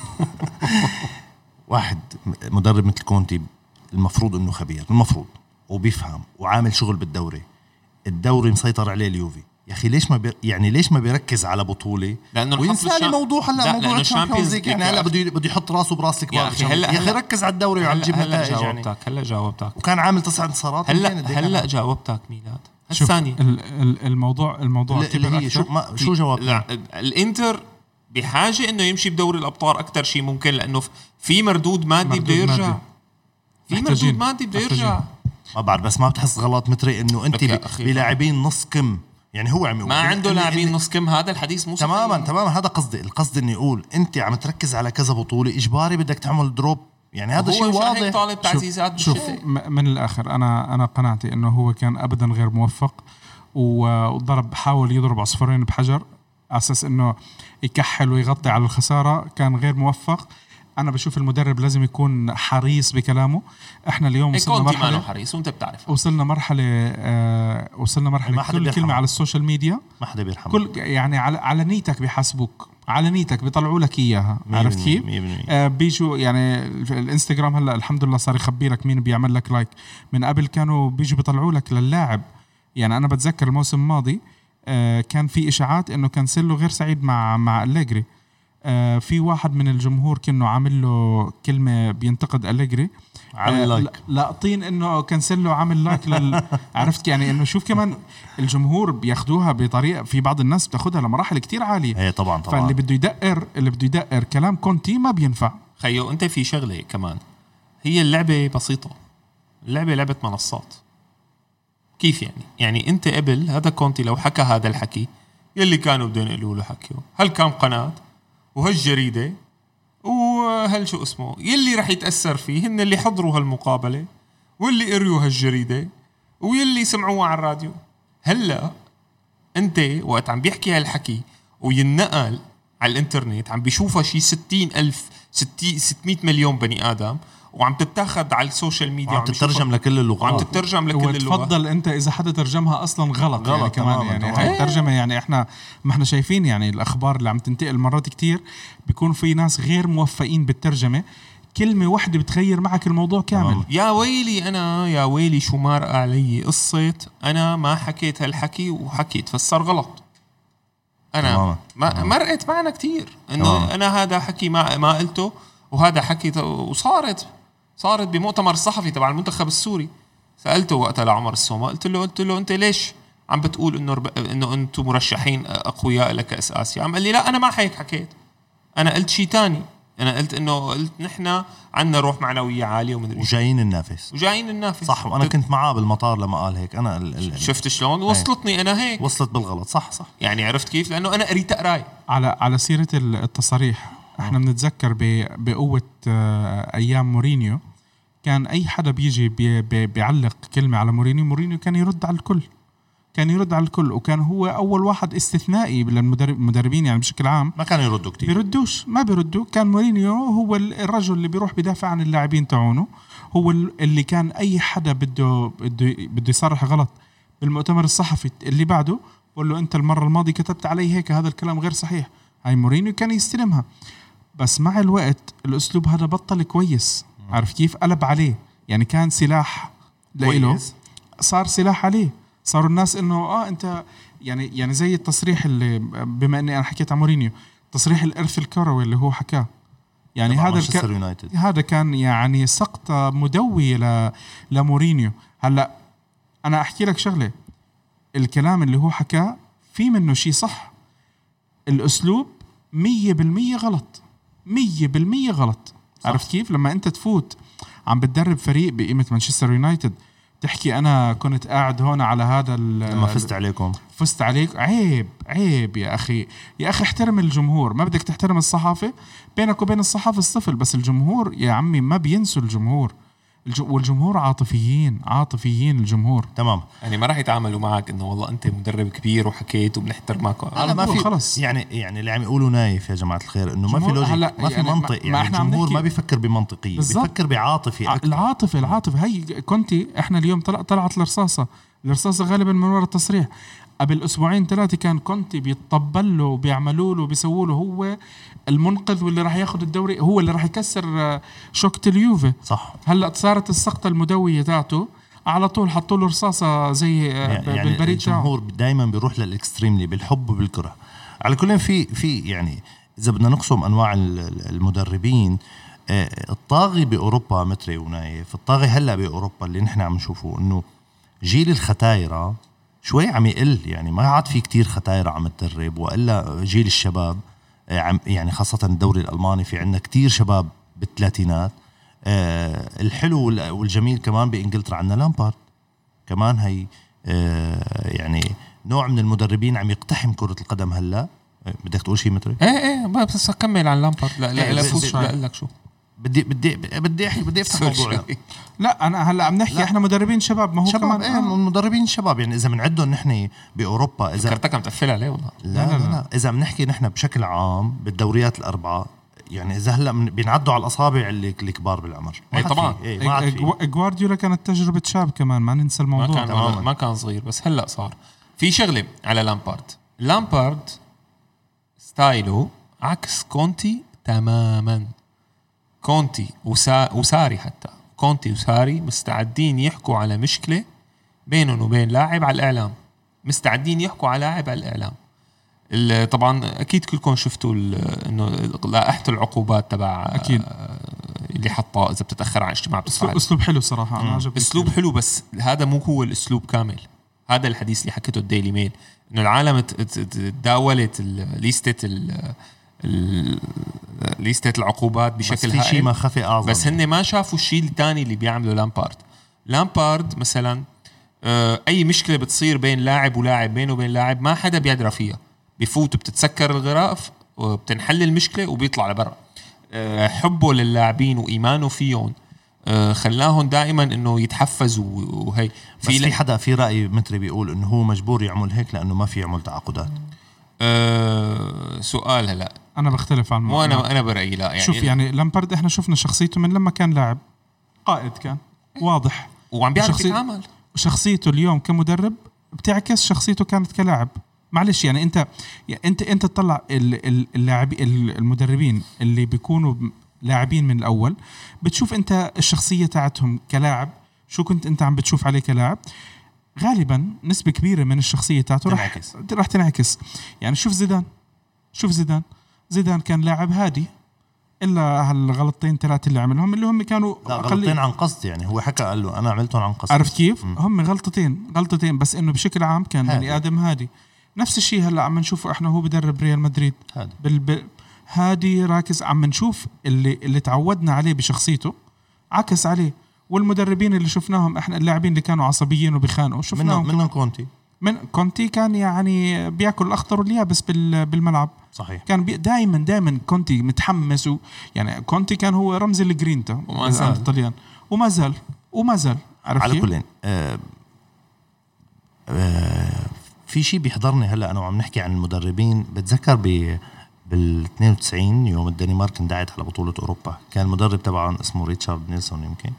واحد مدرب مثل كونتي المفروض انه خبير المفروض وبيفهم وعامل شغل الدوري مسيطر عليه اليوفي. يا اخي ليش ما بيركز على بطوله وينسى لي موضوع هلا موضوع الشامبيونز ليج يعني هلا بده يحط راسه براس الكبار. يا اخي ركز على الدوري وعم تجيب نتائج يعني. هلا جاوبتك وكان عامل 9 انتصارات. هلا جاوبتك ميلاد الثاني. الموضوع اللي هي شو جوابك؟ الانتر بحاجه انه يمشي بدوري الابطال اكثر شيء ممكن لانه في مردود مادي بده يرجع. ما بعرف بس ما بتحس غلط متري انه انت بلاعبين نص كم يعني هو عم يقول ما عنده لاعبين نص كم. هذا الحديث مو تماما هذا قصدي. القصد اني يقول انت عم تركز على كذا بطوله اجباري بدك تعمل دروب يعني. هذا شيء واضح. طالب تعزيزات شوف من الاخر انا قناعتي انه هو كان ابدا غير موفق حاول يضرب عصفورين بحجر على اساس انه يكحل ويغطي على الخساره. كان غير موفق. أنا بشوف المدرب لازم يكون حريص بكلامه. إحنا اليوم وصلنا مرحلة حريص وأنت بتعرف وصلنا مرحلة كل كلمة على السوشيال ميديا ما حدا بيرحم كل يعني على نيتك بيحاسبوك على نيتك بيطلعوا لك إياها. عرفت كيف بيجوا يعني الانستغرام هلأ الحمد لله صار يخبي لك مين بيعمل لك لايك. من قبل كانوا بيجوا بيطلعوا لك للاعب. يعني أنا بتذكر الموسم الماضي كان في إشاعات إنه كانسيلو غير سعيد مع أليجري. في واحد من الجمهور كأنه عامل له كلمة بينتقد أليجري عامل لايك لاقطين إنه كانسيلو عامل لايك عرفت يعني إنه شوف كمان الجمهور بياخدوها بطريقة. في بعض الناس بتاخدها لمراحل كتير عالية. هي طبعا فاللي بده يدقر كلام كونتي ما بينفع. خيو أنت في شغلة كمان هي اللعبة بسيطة. اللعبة لعبة منصات. كيف يعني أنت قبل هذا كونتي لو حكى هذا الحكي يلي كانوا بدون يقولوا له حكيه هل كان قناة وهالجريدة وهل شو اسمه يلي رح يتأثر فيه هن اللي حضروا هالمقابلة واللي قريوا هالجريدة ويلي سمعوها على الراديو. هلا انت وقت عم بيحكي هالحكي وينقل على الانترنت عم بيشوفها شي 600 مليون بني آدم وعم تتاخد على السوشيال ميديا وعم تترجم لكل اللغات. وعم تترجم لكل اللغات. وتفضل انت اذا حدا ترجمها اصلا غلط يعني كمان يعني هاي الترجمه يعني احنا ما احنا شايفين يعني الاخبار اللي عم تنتقل مرات كتير بيكون في ناس غير موفقين بالترجمه. كلمه واحده بتغير معك الموضوع كامل. يا ويلي شو مارق علي قصه انا ما حكيت هالحكي وحكيت فسر غلط. انا ما مرقت معنا كتير انه انا هذا حكي ما قلته وهذا حكي وصارت بمؤتمر الصحفي تبع المنتخب السوري. سألته وقتها لعمر السومة قلت له أنت ليش عم بتقول إنه أنتم مرشحين أقوياء لكأس آسيا؟ عم قال لي لا أنا ما هيك حكيت. أنا قلت شيء تاني انا قلت نحن عندنا روح معنويه عاليه وجايين النافس صح. وانا كنت معاه بالمطار لما قال هيك. انا شفت شلون وصلتني انا هيك وصلت بالغلط. صح يعني عرفت كيف، لانه انا قريت قراي على سيره التصاريح. احنا بنتذكر بقوه ايام مورينيو، كان اي حدا بيجي بيعلق كلمه على مورينيو كان يرد على الكل، وكان هو اول واحد استثنائي للمدربين يعني بشكل عام. ما كانوا يردوا كتير، ما بيردوا. كان مورينيو هو الرجل اللي بيروح بدافع عن اللاعبين تاعونه، هو اللي كان اي حدا بده يصرح غلط بالمؤتمر الصحفي اللي بعده بقول له انت المره الماضيه كتبت علي هيك، هذا الكلام غير صحيح. هاي مورينيو كان يستلمها، بس مع الوقت الاسلوب هذا بطل كويس. عارف كيف قلب عليه؟ يعني كان سلاح لإله صار سلاح عليه. صاروا الناس انه انت يعني زي التصريح اللي بما اني انا حكيت عن مورينيو، تصريح الارث الكروي اللي هو حكاه، يعني هذا كان يعني سقطة مدوية لمورينيو. هلا انا احكي لك شغله، الكلام اللي هو حكاه في منه شيء صح، الاسلوب 100% غلط، 100% غلط. عرفت كيف؟ لما انت تفوت عم بتدرب فريق بقيمة مانشستر يونايتد تحكي أنا كنت قاعد هون على هذا لما فزت عليك، عيب يا أخي احترم الجمهور. ما بدك تحترم الصحافة؟ بينك وبين الصحافة الصفل، بس الجمهور يا عمي ما بينسوا الجمهور. والجمهور عاطفيين الجمهور. تمام، يعني ما راح يتعاملوا معك انه والله انت مدرب كبير وحكيت وبنحترمك. ما في خلص. يعني اللي عم يقولوا نايف يا جماعه الخير، انه ما في لوجيك، ما في منطق. يعني الجمهور ما بيفكر بمنطقيه، بيفكر بعاطفي أكثر. العاطفه هي كنتي احنا اليوم طلعت الرصاصه غالبا من وراء التصريح. قبل أسبوعين 3 كان كونتي بيتطبل له وبيعملوا له وبيسووا له هو المنقذ واللي راح ياخذ الدوري، هو اللي راح يكسر شوكة اليوفي. صح. هلا صارت السقطة المدوية تاعته على طول حطوا له رصاصة زي يعني بالبريد. الجمهور دائما بيروح للإكستريملي بالحب وبالكره. على كل في يعني إذا بدنا نقسم أنواع المدربين، الطاغي بأوروبا متري ونايف، الطاغي هلا بأوروبا اللي نحن عم نشوفه إنه جيل الختايرة شوي عم يقل. يعني ما عاد في كتير ختايرة عم تدرب، وإلا جيل الشباب يعني خاصة الدوري الألماني في عندنا كتير شباب بالثلاثينات. الحلو والجميل كمان بإنجلترا عندنا لامبارد كمان، هي يعني نوع من المدربين عم يقتحم كرة القدم هلا. بدك تقول شيء متري؟ ايه بس اكمل عن لامبارد. لا فوز لك شو بدي افتح موضوع. لا انا هلا عم نحكي احنا مدربين شباب، ما هو شباب كمان مدربين شباب. يعني اذا بنعدهم نحن باوروبا، اذا فكرتك عم تقفل عليه والله. لا اذا بنحكي نحن بشكل عام بالدوريات الاربعه، يعني اذا هلا بينعدوا على الاصابع اللي كبار بالعمر. اي طبعا. جوارديولا كانت تجربه شاب كمان، ما ننسى الموضوع. ما كان صغير، بس هلا صار في شغله على لامبارد ستايله عكس كونتي تماما. كونتي وساري، حتى كونتي وساري مستعدين يحكوا على مشكلة بينهم وبين لاعب على الإعلام، مستعدين يحكوا على لاعب على الإعلام. طبعا أكيد كلكم شفتوا إنه لائحة العقوبات تبع أكيد اللي حطها إذا بتتأخر عن اجتماع بتدفع. أسلوب حلو صراحة، أنا عجبني أسلوب حلو، بس هذا مو هو الأسلوب كامل. هذا الحديث اللي حكيته الديلي ميل، إنه العالم تداولت ليستة العقوبات بشكل هائل، شيء ما خفي أعظم. بس هن ما شافوا الشيء الثاني اللي بيعمله لامبارد مثلا. أي مشكلة بتصير بين لاعب ولاعب، بينه وبين لاعب، ما حدا بيدرى فيها. بفوت بتتسكر الغراف وبتنحل المشكلة وبيطلع لبرا. حبه للاعبين وإيمانه فيهم خلاهم دائما إنه يتحفزوا. وهي في حدا في رأي متري بيقول إنه هو مجبور يعمل هيك لأنه ما في يعمل تعاقدات. سؤال هلا أنا بختلف عن أنا برأيي لا. يعني شوف، يعني لامبارد إحنا شفنا شخصيته من لما كان لاعب قائد، كان واضح وعم بيعرف يتعامل. شخصيته اليوم كمدرب بتعكس شخصيته كانت كلاعب. معلش يعني انت تطلع المدربين اللي بيكونوا لاعبين من الاول، بتشوف انت الشخصيه تاعتهم كلاعب، شو كنت انت عم بتشوف عليه كلاعب. غالبا نسبه كبيره من الشخصيه تاعته راح تنعكس. يعني شوف زيدان كان لاعب هادي، الا هالغلطتين 3 اللي عملهم اللي هم كانوا غلطتين عن قصد. يعني هو حكى قال له انا عملتهم عن قصد. عرفت كيف؟ هم غلطتين بس انه بشكل عام كان بني ادم هادي. نفس الشيء هلا عم نشوفه احنا، هو بدرب ريال مدريد هادي راكز، عم نشوف اللي تعودنا عليه بشخصيته عكس عليه. والمدربين اللي شفناهم احنا اللاعبين اللي كانوا عصبيين وبيخانقوا شفناهم منهم كونتي. من كونتي كان يعني بياكل الاخضر واليابس بالملعب. صحيح. كان دائما كونتي متحمس يعني كونتي كان هو رمز الجرينتا عند الطليان وما زال عارف على كلين. في شيء بيحضرني هلا انا وعم نحكي عن المدربين. بتذكر بال 92 يوم الدنمارك اندعت على بطولة أوروبا، كان المدرب تبعهم اسمه ريتشارد نيلسون. يمكن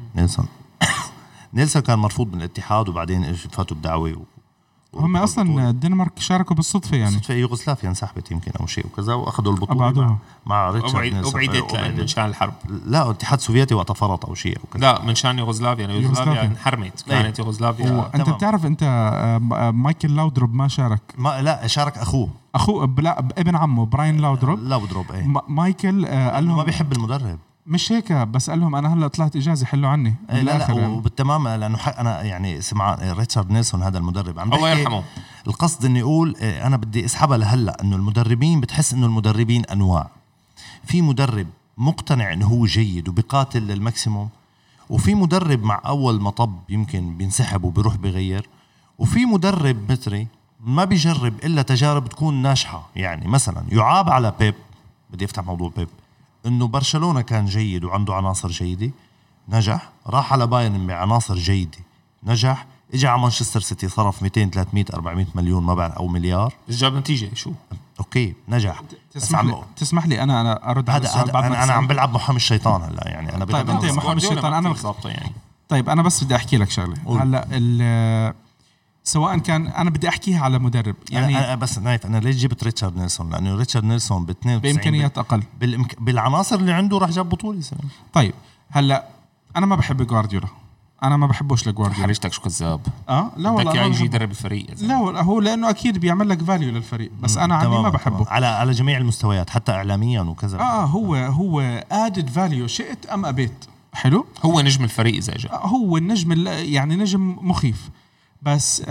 نيلسون كان مرفوض من الاتحاد وبعدين فاتوا بدعوة هم أصلا الدنمارك شاركوا بالصدفة يعني صدفة يوغوسلافيا انسحبت يمكن أو شيء وكذا وأخذوا البطولة مع ريتشارد نيلسون. وبعيدت من شان الحرب. لا الاتحاد السوفيتي وقت فرط أو شيء أو كذا. لا من شان يوغوسلافيا يعني يوغوسلافيا انحرمت كانت يوغوسلافيا. أنت بتعرف أنت مايكل لاودروب ما شارك. لا شارك أخوه لا ابن عمه براين لاودروب إيه. مايكل قال لهم ما بيحب المدرب مش هيك بس قال لهم انا هلا طلعت اجازه حلوا عني. لا وبالتمام لانه انا يعني سمع ريتشارد نيلسون هذا المدرب عم الله يرحمه. القصد اني اقول انا بدي اسحبها لهلا انه المدربين بتحس انه المدربين انواع. في مدرب مقتنع انه هو جيد وبقاتل للماكسيموم، وفي مدرب مع اول مطب يمكن بينسحب وبيروح بيغير، وفي مدرب مثري ما بيجرب الا تجارب تكون ناجحه. يعني مثلا يعاب على بيب، بدي افتح موضوع بيب، انه برشلونة كان جيد وعنده عناصر جيدة نجح، راح على بايرن بعناصر جيدة نجح، اجى على مانشستر سيتي صرف 200 300 400 مليون ما بعرف او مليار جاب نتيجة شو اوكي نجح. تسمح لي انا ارد على السؤال بعد انا عم بلعب محامي الشيطان هلا يعني انا طيب انت محامي الشيطان انا بالضبط يعني. طيب انا بس بدي احكي لك شغله هلا سواء كان انا بدي احكيها على مدرب يعني أنا بس نايف انا ليش جبت ريتشارد نيلسون لانه ريتشارد نيلسون ب 92 بامكانيات اقل بالعناصر اللي عنده راح جاب بطوله سنه. طيب هلا انا ما بحب جوارديولا، انا ما بحبوش لجوارديولا. حريشتك شو كذاب. لا والله بدك يجي يدرب الفريق. لا هو لانه اكيد بيعمل لك فاليو للفريق بس انا عندي ما بحبه على جميع المستويات حتى اعلاميا وكذا. هو ادد فاليو شئت ام ابيت. حلو هو نجم الفريق اذا جاء هو النجم يعني نجم مخيف بس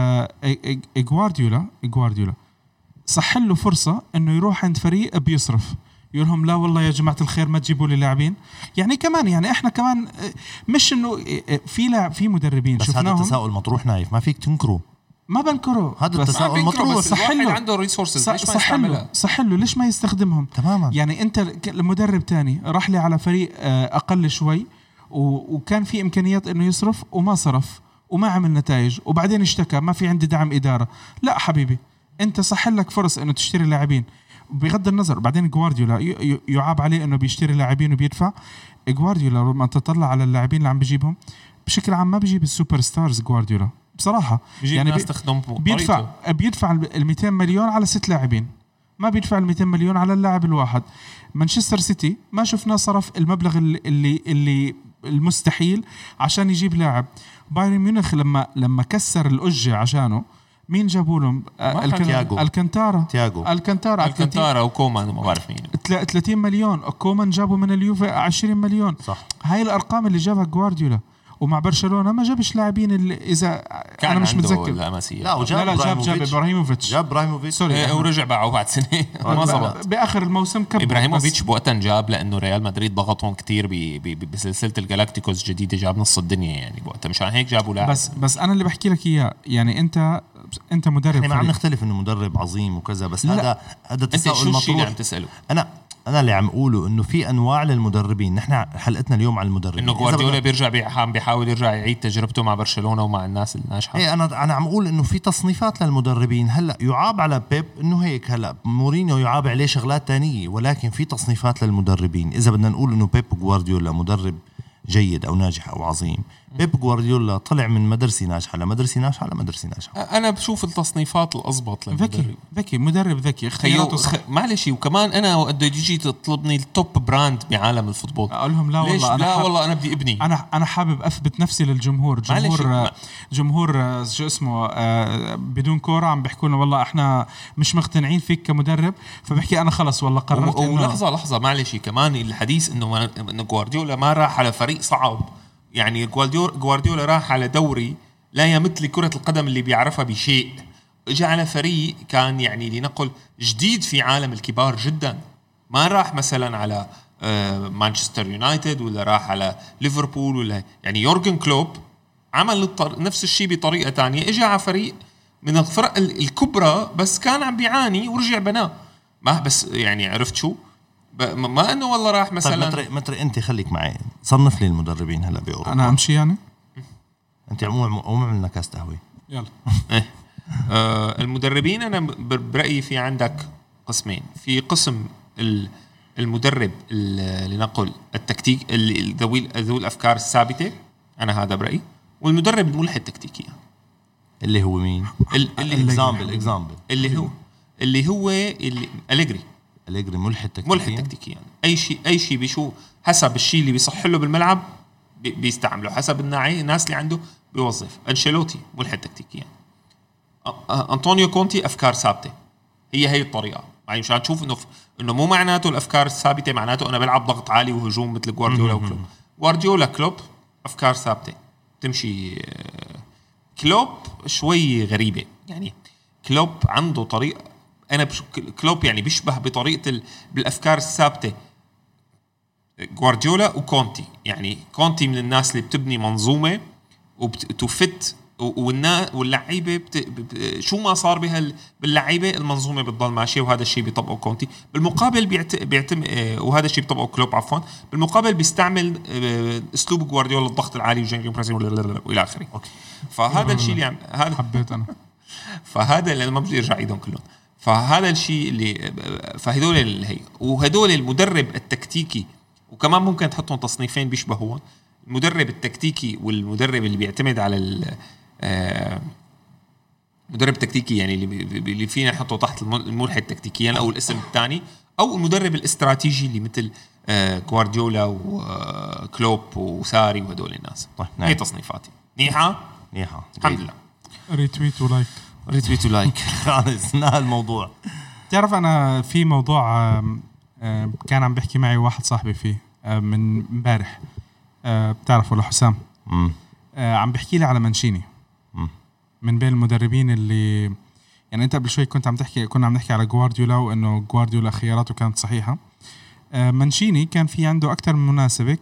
جوارديولا صح له فرصة انه يروح عند فريق بيصرف يقول لهم لا والله يا جماعة الخير ما تجيبوا لي لاعبين يعني كمان يعني احنا كمان مش انه في مدربين بس شفناهم. هذا التساؤل مطروح نايف ما فيك تنكره. ما بنكره هذا التساؤل مطروح. صح له عنده ريسورسز ليش ما يستعملها. صح له ليش ما يستخدمهم تماما. يعني انت المدرب تاني راح لي على فريق اقل شوي وكان في امكانيات انه يصرف وما صرف وما عمل نتائج وبعدين اشتكى ما في عندي دعم إدارة. لا حبيبي انت صح لك فرص انه تشتري لاعبين بغض النظر. بعدين جوارديولا يعاب عليه انه بيشتري لاعبين وبيدفع. جوارديولا لما تطلع على اللاعبين اللي عم بيجيبهم بشكل عام ما بيجيب السوبر ستارز. جوارديولا بصراحة يعني بيدفع ال 200 مليون على 6 لاعبين، ما بيدفع ال 200 مليون على اللاعب الواحد. مانشستر سيتي ما شفنا صرف المبلغ اللي المستحيل عشان يجيب لاعب. بايرن ميونخ لما كسر الأجة عشانه مين جابوا لهم؟ الكانتارا وكومان ما بعرف مين 30 مليون. كومان جابوا من اليوفي 20 مليون صح. هاي الأرقام اللي جابها جوارديولا. ومع برشلونة ما جابش لاعبين اللي إذا أنا مش متذكر. جاب إبراهيموفيتش سوري ورجع باعه بعد سنة ما زبط بآخر الموسم. إبراهيموفيتش بوقتها جاب لأنه ريال مدريد ضغطهم كتير بسلسلة الجالاكتيكوس الجديدة جاب نص الدنيا يعني بوقتها مشان هيك جابوا لاعب. بس أنا اللي بحكي لك إياه يعني أنت مدرب. احنا ما عم نختلف إنه مدرب عظيم وكذا بس هذا تساؤل مطروح. اللي عم تسأله أنا اللي عم أقوله إنه في أنواع للمدربين. نحن حلقتنا اليوم على المدربين إنه جوارديولا بيحاول يرجع يعيد تجربته مع برشلونة ومع الناس الناجحة. إيه أنا عم أقول إنه في تصنيفات للمدربين. هلأ يعاب على بيب إنه هيك، هلأ مورينيو يعاب عليه شغلات تانية، ولكن في تصنيفات للمدربين. إذا بدنا نقول إنه بيب جوارديولا مدرب جيد أو ناجح أو عظيم، بيب جوارديولا طلع من مدرسة ناجحة لمدرسة ناجحة لمدرسة ناجحة. أنا بشوف التصنيفات الأضبط للمدرب. ذكي مدرب ذكي اختياراته معلش. وكمان أنا وقت يجي تطلبني التوب براند بعالم الفوتبول أقول لهم لا والله والله أنا بدي ابني. أنا حابب أثبت نفسي للجمهور. جمهور شو اسمه بدون كورة عم بيحكوا لنا والله إحنا مش مقتنعين فيك كمدرب، فبحكي أنا خلص والله قررت. لحظة معلش. كمان الحديث إنه جوارديولا ما راح على فريق صعب. يعني جوارديولا راح على دوري لا يمثل كرة القدم اللي بيعرفها بشيء. جاء على فريق كان يعني لنقل جديد في عالم الكبار جدا. ما راح مثلا على مانشستر يونايتد ولا راح على ليفربول ولا يعني يورجن كلوب عمل نفس الشيء بطريقة تانية، اجى على فريق من الفرق الكبرى بس كان عم بيعاني ورجع بناه. ما بس يعني عرفت شو ما انه والله راح مثلا. طيب متري انت خليك معي، صنف لي المدربين هلا باوروبا. انا امشي يعني انت عموما عملنا كاس تهوي يلا. المدربين انا برأيي في عندك قسمين. في قسم المدرب لنقل التكتيك ذوي الافكار الثابته، انا هذا برأيي. والمدرب الملحد تكتيكيا اللي هو مين؟ اكزامبل اللي هو أليجري ملحد تكتيكيا. اي شيء بيشو حسب الشيء اللي بيصح له بالملعب بيستعمله، حسب الناس اللي عنده بيوظف. أنشيلوتي ملحد تكتيكيا. أنطونيو كونتي أفكار ثابتة، هي الطريقة. يعني مشان تشوف إنه مو معناته الأفكار الثابتة معناته أنا بلعب ضغط عالي وهجوم مثل جوارديولا كلوب أفكار ثابتة تمشي. كلوب شوي غريبة، يعني كلوب عنده طريقة، أنا كلوب يعني بيشبه بطريقة بالأفكار الثابتة جوارديولا وكونتي. يعني كونتي من الناس اللي بتبني منظومة وبتفت واللعيبه شو ما صار باللعيبه المنظومه بتضل ماشيه، وهذا الشيء بيطبقه كونتي. بالمقابل بيعتمد وهذا الشيء بيطبقه كلوب عفوا. بالمقابل بيستعمل اسلوب جوارديولا الضغط العالي وجنجي بريسنج والى اخره. فهذا الشيء اللي هذا حبيت انا. فهذا اللي ما بدي ارجع ايدهم كلهم. فهذا الشيء اللي فهدول هي وهدول المدرب التكتيكي، وكمان ممكن تحطهم تصنيفين بيشبهون، المدرب التكتيكي والمدرب اللي بيعتمد على المدرب التكتيكي، يعني اللي فينا نحطه تحت الملحد تكتيكيا او الاسم الثاني، او المدرب الاستراتيجي اللي مثل جوارديولا وكلوب وساري وهدول الناس. طيب هي تصنيفاتي. نيحة الحمد لله. ريتويت ولايك خلاص انتهى الموضوع. تعرف أنا في موضوع كان عم بحكي معي واحد صاحبي فيه من امبارح، بتعرفه لحسام. عم بحكي لي على منشيني من بين المدربين اللي يعني انت قبل شوي كنا عم نحكي على جوارديولا وانه جوارديولا خياراته كانت صحيحة. منشيني كان في عنده اكثر من مناسبة،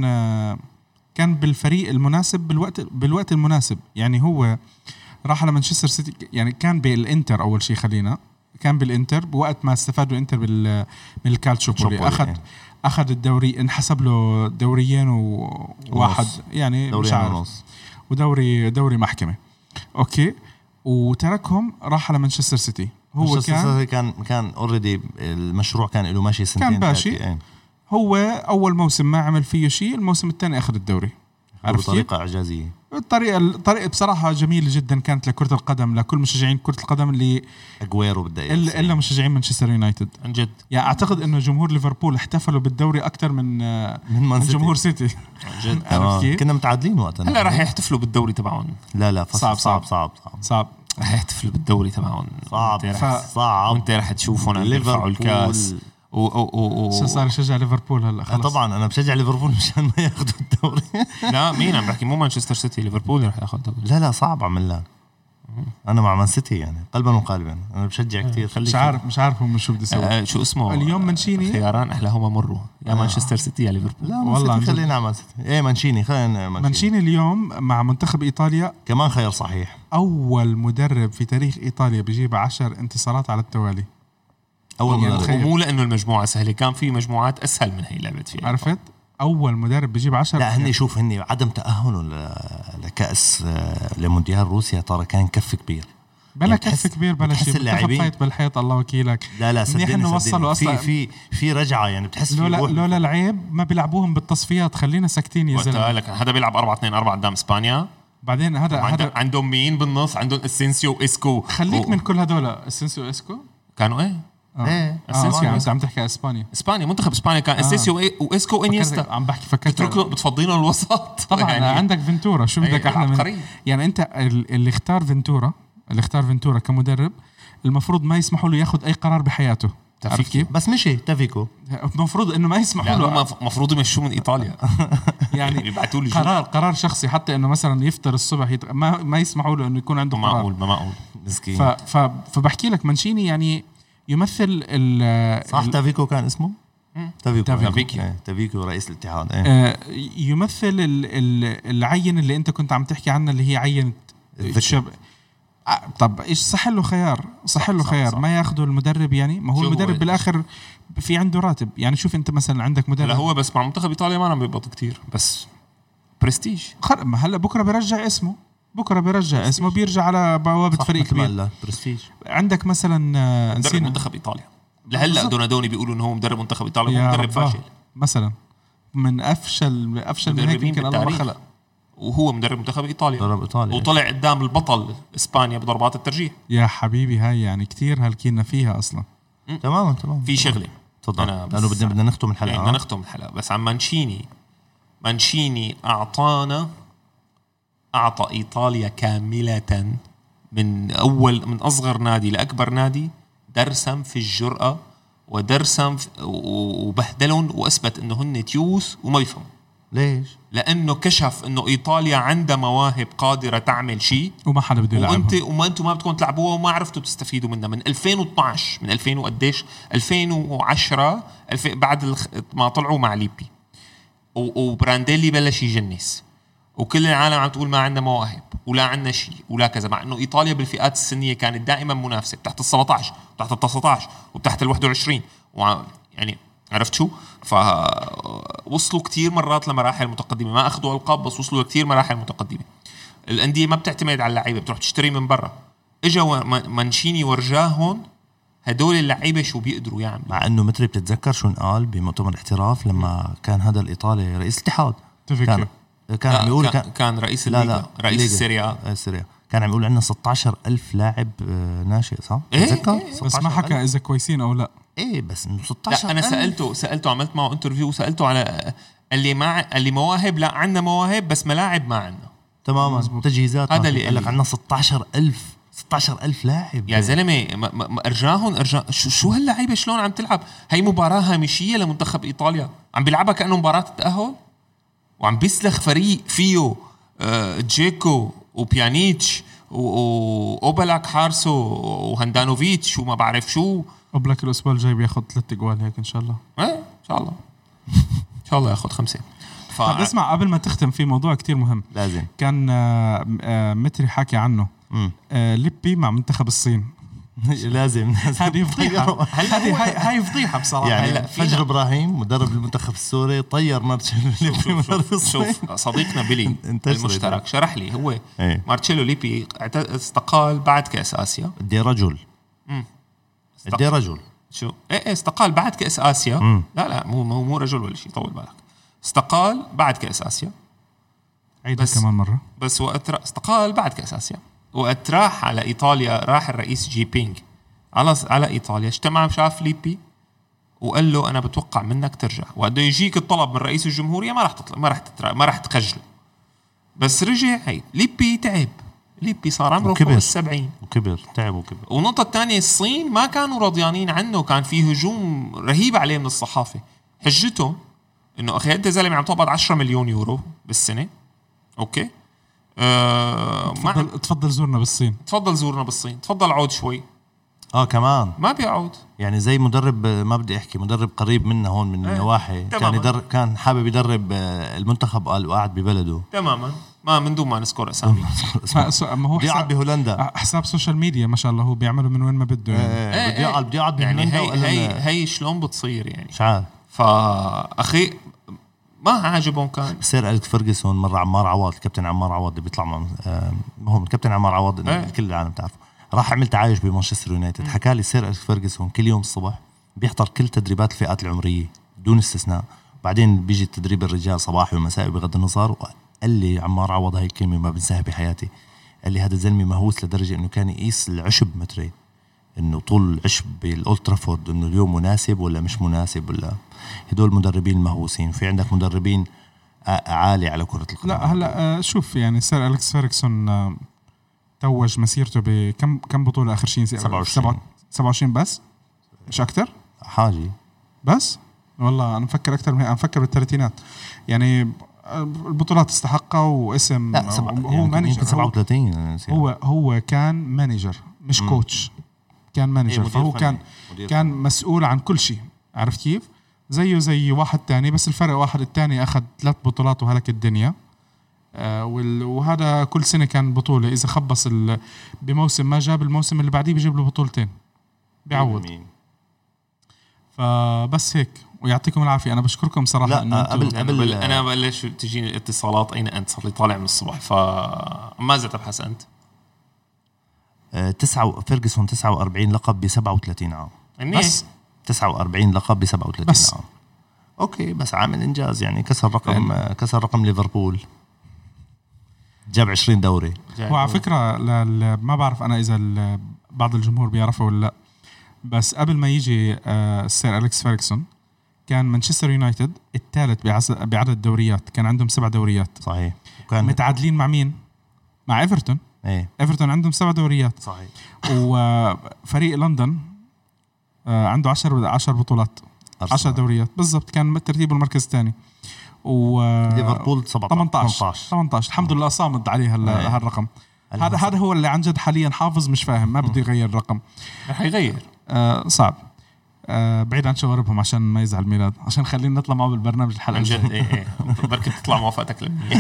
كان بالفريق المناسب بالوقت المناسب. يعني هو راح على مانشستر سيتي، يعني كان بالانتر اول شيء، خلينا كان بالانتر بوقت ما استفادوا الانتر من الكالتشوبولي. اخذ الدوري، انحسب له دوريين وواحد يعني مش عارف، ودوري محكمة. اوكي، وتركهم راح على مانشستر سيتي. هو كان اوريدي المشروع كان له ماشي سنتين، كان ماشي. هو اول موسم ما عمل فيه شيء، الموسم الثاني اخذ الدوري بطريقة إعجازية. الطريقة بصراحة جميلة جدا كانت لكرة القدم، لكل مشجعين كرة القدم اللي أجويرو بدأ إلا مشجعين مانشستر يونايتد عن جد. يعني أعتقد إنه جمهور ليفربول احتفلوا بالدوري أكتر من جمهور سيتي عن جد. كنا متعادلين وقتها. هلا راح يحتفلوا بالدوري تبعهم. لا صعب راح يحتفلوا بالدوري تبعهم. صعب وانت راح تشوفهم عم يرفعوا الكاس صار يشجع ليفربول هلا خلص. طبعا انا بشجع ليفربول مشان ما ياخذوا الدوري. لا مين عم بحكي؟ مو مانشستر سيتي، ليفربول راح ياخذ الدوري. لا صعب عملها. انا مع مان سيتي يعني قلبا وقالبا، انا بشجع كثير. مش عارف هم شو بده يسوي. شو اسمه اليوم منشيني خياران احلاهما مروا، يا مانشستر سيتي يا ليفربول. لا والله خلينا مع سيتي. منشيني اليوم مع منتخب ايطاليا كمان خيار صحيح. اول مدرب في تاريخ ايطاليا بيجيب 10 انتصارات على التوالي. أول مدرب، ومو لأنه المجموعة سهلة، كان في مجموعات أسهل من هي لعبت فيها. عرفت؟ أول مدرب بيجيب 10. لا هني عدم تأهله لكأس لمونديال روسيا ترى كان كف كبير. بلا يعني كف كبير بلا شيء. منتخب بالحيط الله وكيلك. لا صدقني وصلوا أصلا في رجعة يعني بتحس لولا العيب ما بيلعبوهم بالتصفيات. خلينا ساكتين يا زلمة. لك هذا بيلعب 4-2-4 قدام إسبانيا. بعدين هذا عندهم مين بالنص؟ عندهم اسينسيو وإسكو. خليك من كل هذول. اسينسيو وإسكو كانوا انت عم تحكي اسبانيا منتخب اسبانيا كان اسينسيو وإسكو انيستا. عم بحكي فكرت بتفضلينه الوسط طبعا. يعني عندك فينتورا، شو بدك احلى من يعني انت اللي اختار فينتورا كمدرب المفروض ما يسمحوا له ياخذ اي قرار بحياته. تعرف كيف؟ بس مشي تافيكو المفروض انه ما يسمحوا له. المفروض يمشوه من ايطاليا. يعني يبعثوا لي قرار شخصي، حتى انه مثلا يفطر الصبح ما يسمحوا له انه يكون عنده قرار. معقول مسكين. فبحكي لك منشيني يعني يمثل صح. تافيكو كان اسمه تافيكو. تافيكو رئيس الاتحاد. يمثل العين اللي انت كنت عم تحكي عنها اللي هي عينة الشباب. طب ايش صح له خيار صح. ما ياخذوا المدرب يعني. ما هو المدرب بالاخر في عنده راتب يعني. شوف انت مثلا عندك مدرب. لا هو بس مع منتخب ايطاليا ما عم بيقبض كتير بس برستيج. هلا بكره بيرجع اسمه بيرجع على بوابه فريق كبير. برستيج. عندك مثلا مدرب منتخب ايطاليا لهلا دونادوني بيقولوا انه هو مدرب منتخب ايطاليا، هو مدرب فاشل مثلا من افشل من هيك يمكن الله ما خلق. وهو مدرب منتخب ايطاليا وطلع قدام البطل اسبانيا بضربات الترجيح. يا حبيبي هاي يعني كتير هلكينا فيها اصلا. تمام في شغله تفضل لانه بدنا نختم الحلقه. بدنا نختم الحلقه بس عم مانشيني اعطى ايطاليا كامله من اصغر نادي لاكبر نادي، درسا في الجرأة ودرسا وبهدلهم وأثبت إنه هن تيوس وما بيفهموا. ليش؟ لأنه كشف إنه إيطاليا عندها مواهب قادرة تعمل شيء وما حدا بده يلعبها، وأنتم ما بدكم تلعبوها وما عرفتوا تستفيدوا منها. من 2012 من 2000 وقديش 2010 بعد ما طلعوا مع ليبي وبرانديلي بلش يجنس وكل العالم عم تقول ما عندنا مواهب ولا عندنا شيء ولا كذا، مع انه ايطاليا بالفئات السنيه كانت دائما منافسه تحت ال17 وتحت ال19 وتحت ال21 يعني عرفت شو. فوصلوا كتير مرات لمراحل متقدمه، ما اخذوا القاب بس وصلوا لكتير مراحل متقدمه. الانديه ما بتعتمد على اللعيبه، بتروح تشتري من برا. اجا مانشيني ورجاهم هدول اللعيبه شو بيقدروا يعملوا. مع انه متري بتتذكر شو قال بمؤتمر الاحتراف لما كان هذا الايطالي رئيس الاتحاد، كان عم يقول كان رئيس الليغا، رئيس السيريا كان عم يقول عندنا 16,000 لاعب ناشئ، صح؟ تتذكر؟ بس ما حكى اذا كويسين او لا. بس انه 16. لا انا سالته عملت معه انترفيو وسالته على اللي مواهب. لا عندنا مواهب بس ملاعب ما عندنا تماما تجهيزات. هذا اللي قال لك عندنا 16,000 لاعب يا زلمه. ارجاهم شو هاللعيبه شلون عم تلعب. هي مباراه هامشيه لمنتخب ايطاليا، عم بيلعبها كانه مباراه التاهل وعم بيسلخ فريق فيه جيكو وبيانيتش وأوبلاك حارسو وهندانوفيتش وما بعرف شو. أوبلاك الأسبوع الجاي بياخد 3 جوال هيك إن شاء الله. إن شاء الله ياخد 5. طب اسمع قبل ما تختم في موضوع كتير مهم لازم كان متري حكي عنه. ليبي مع منتخب الصين لازم هذه فضيحة. هاي فضيحة بصراحة. يعني فجر إبراهيم مدرب المنتخب السوري طير مارتشيلو ليبي مدرب الصين. شوف صديقنا بيلي المشترك شرح لي هو مارتشيلو ليبي استقال بعد كأس آسيا. دي رجل شو استقال بعد كأس آسيا. لا مو رجل ولا شيء، طول بالك. استقال بعد كأس آسيا بس كمان مرة بس استقال بعد كأس آسيا وقت راح على إيطاليا. راح الرئيس جي بينغ على إيطاليا، اجتمع شاف ليبي وقال له أنا بتوقع منك ترجع، وقد يجيك الطلب من رئيس الجمهورية ما راح تطلع ما راح تخجل. بس رجع. هي ليبي تعب، ليبي صار عمره فوق 70 وكبر تعب وكبر. والنقطة الثانية الصين ما كانوا راضيانين عنه، كان فيه هجوم رهيب عليه من الصحافة. حجته إنه أخي أنت زلمة عم تقبض 10 مليون يورو بالسنة، أوكي تفضل زورنا بالصين، تفضل عود شوي. كمان ما بيعود. يعني زي مدرب ما بدي احكي مدرب قريب منا هون من النواحي كان حابب يدرب المنتخب قال وقعد ببلده تماما. ما من دون ما نذكر اسامي. ما هو بيقعد بهولندا حساب سوشيال ميديا ما شاء الله، هو بيعمله من وين ما بده. يعني بيقعد بهولندا. يعني هي شلون بتصير يعني مش عارف. فاخي ما عاجبهم. كان سير أليكس فيرغسون مرة عمار عوض، الكابتن عمار عوض اللي بيطلع هم الكابتن عمار عوض كل العالم تعرفه، راح عمل تعايش بمانشستر يونايتد. حكى لي سير أليكس فيرغسون كل يوم الصبح بيحضر كل تدريبات الفئات العمرية بدون استثناء، بعدين بيجي تدريب الرجال صباحي ومسائي بغض النظر. وقال لي عمار عوض هاي الكلمة ما بنساها بحياتي، قال لي هذا الزلمة مهووس لدرجة إنه كان يقيس العشب مترين، إنه طول العشب بالأولد ترافورد إنه اليوم مناسب ولا مش مناسب. ولا هدول مدربين المهووسين. في عندك مدربين عالي على كرة القدم. لا هلا شوف يعني سير أليكس فيرغسون توج مسيرته بكم بطولة آخر شيء؟ 27 بس مش أكتر حاجة بس. والله أنا مفكر أكتر من هيك، أنا مفكر بالثلاثينات يعني. البطولات استحقها واسم. هو مانجر 37. هو كان مانجر مش كوتش. كان مانجر، مدير فهو فني. كان مسؤول عن كل شيء. عرفت كيف؟ زيه زي واحد تاني، بس الفرق واحد التاني أخذ 3 بطولات وهلك الدنيا. وهذا كل سنة كان بطولة، إذا خبص بموسم ما جاب الموسم اللي بعديه بيجيب له بطولتين بيعوض. فبس هيك، ويعطيكم العافية. أنا بشكركم صراحة. لا إنه قبل أنا بلش تجيني الاتصالات، أين أنت؟ صار لي طالع من الصبح، فماذا تبحث أنت؟ فيرغسون 49 لقب ب 37 عام. بس 49 لقب ب 37 بس. عام. اوكي، بس عامل انجاز يعني، كسر رقم ليفربول، جاب 20 دوري. وعلى فكرة ما بعرف أنا إذا بعض الجمهور بيعرفه ولا لا، بس قبل ما يجي السير أليكس فيرغسون كان مانشستر يونايتد الثالث بعدد دوريات، كان عندهم 7 دوريات. صحيح. وكان متعادلين مع مين؟ مع إيفرتون. إيفرتون عندهم 7 دوريات. صحيح. وفريق لندن عنده 10 بطولات، 10 دوريات بالضبط. كان ترتيبه المركز الثاني. ليفربول 18. الحمد لله صامد عليه هالرقم. هذا هو اللي عن جد حاليا حافظ مش فاهم، ما بده يغير الرقم. رح يغير. صعب. بعيد عن شواربهم عشان ما يزعل ميلاد، عشان خلينا نطلع معه بالبرنامج الحلقة. عن جد ايه بركة تطلع موافقتك لمية.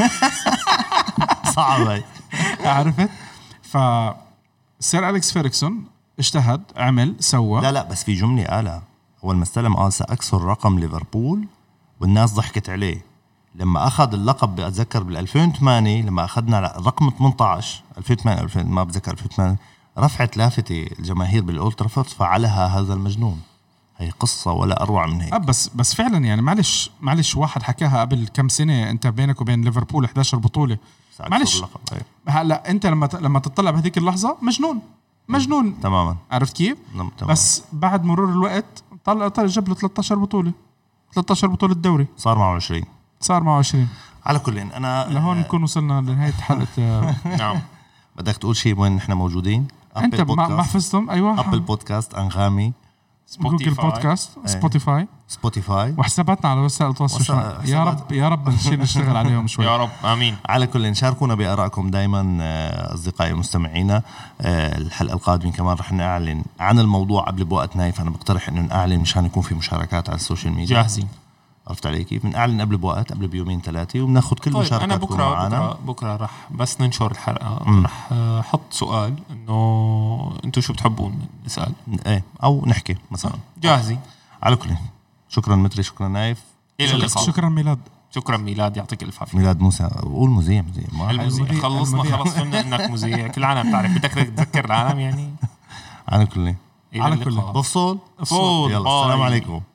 صعب. عرفت؟ فسير أليكس فيرغسون اجتهد، عمل، سوى. لا بس في جملة قالها أول ما استلم، قال سأكسر رقم ليفربول، والناس ضحكت عليه. لما أخذ اللقب بأتذكر بال2008 لما أخذنا رقم 18 2008 ما بتذكر 2008، رفعت لافتة الجماهير بالأولد ترافورد، فعلها هذا المجنون. هي قصة ولا أروع من هيك. بس فعلا يعني معلش واحد حكاها قبل كم سنة، أنت بينك وبين ليفربول 11 بطولة. معلش هلا أنت لما تطلع بهذيك اللحظة مجنون تماما. عرفت كيف؟ بس بعد مرور الوقت طلع جاب له 13 بطولة دوري. صار معه 20. على كل أنا لهون نكون وصلنا لنهاية حلقة. نعم. بدك تقول شيء وين نحن موجودين؟ أنت ما حفظتم؟ أيوة. أبل بودكاست، أنغامي، جوجل بودكاست، سبوتيفاي، وحساباتنا على وسائل التواصل. يا رب نشتغل عليهم شوي. يا رب آمين. على كل شاركونا بآرائكم دايما أصدقائي مستمعينا. الحلقة القادمة كمان رح نعلن عن الموضوع قبل بوقت نايف. أنا بقترح إنه نعلن مشان يكون في مشاركات على السوشيال ميديا. جاهزين. عرفت علي كيف؟ بنعلن قبل بوقت، قبل بيومين 3، وبناخد كل مشاركاتكم معنا. بكرة رح بس ننشر الحلقة رح حط سؤال إنه أنتوا شو بتحبون نسأل، أو نحكي مثلا. جاهزين. على كل شكرا متري، شكرا نايف، شكرا ميلاد، يعطيك الف عافية. ميلاد موسى. قول مذيع المذيع. خلصنا خلص فهمنا انك مذيع. كل العالم تعرف، بدك تذكر العالم يعني. على كل بفصل. يلا السلام عليكم.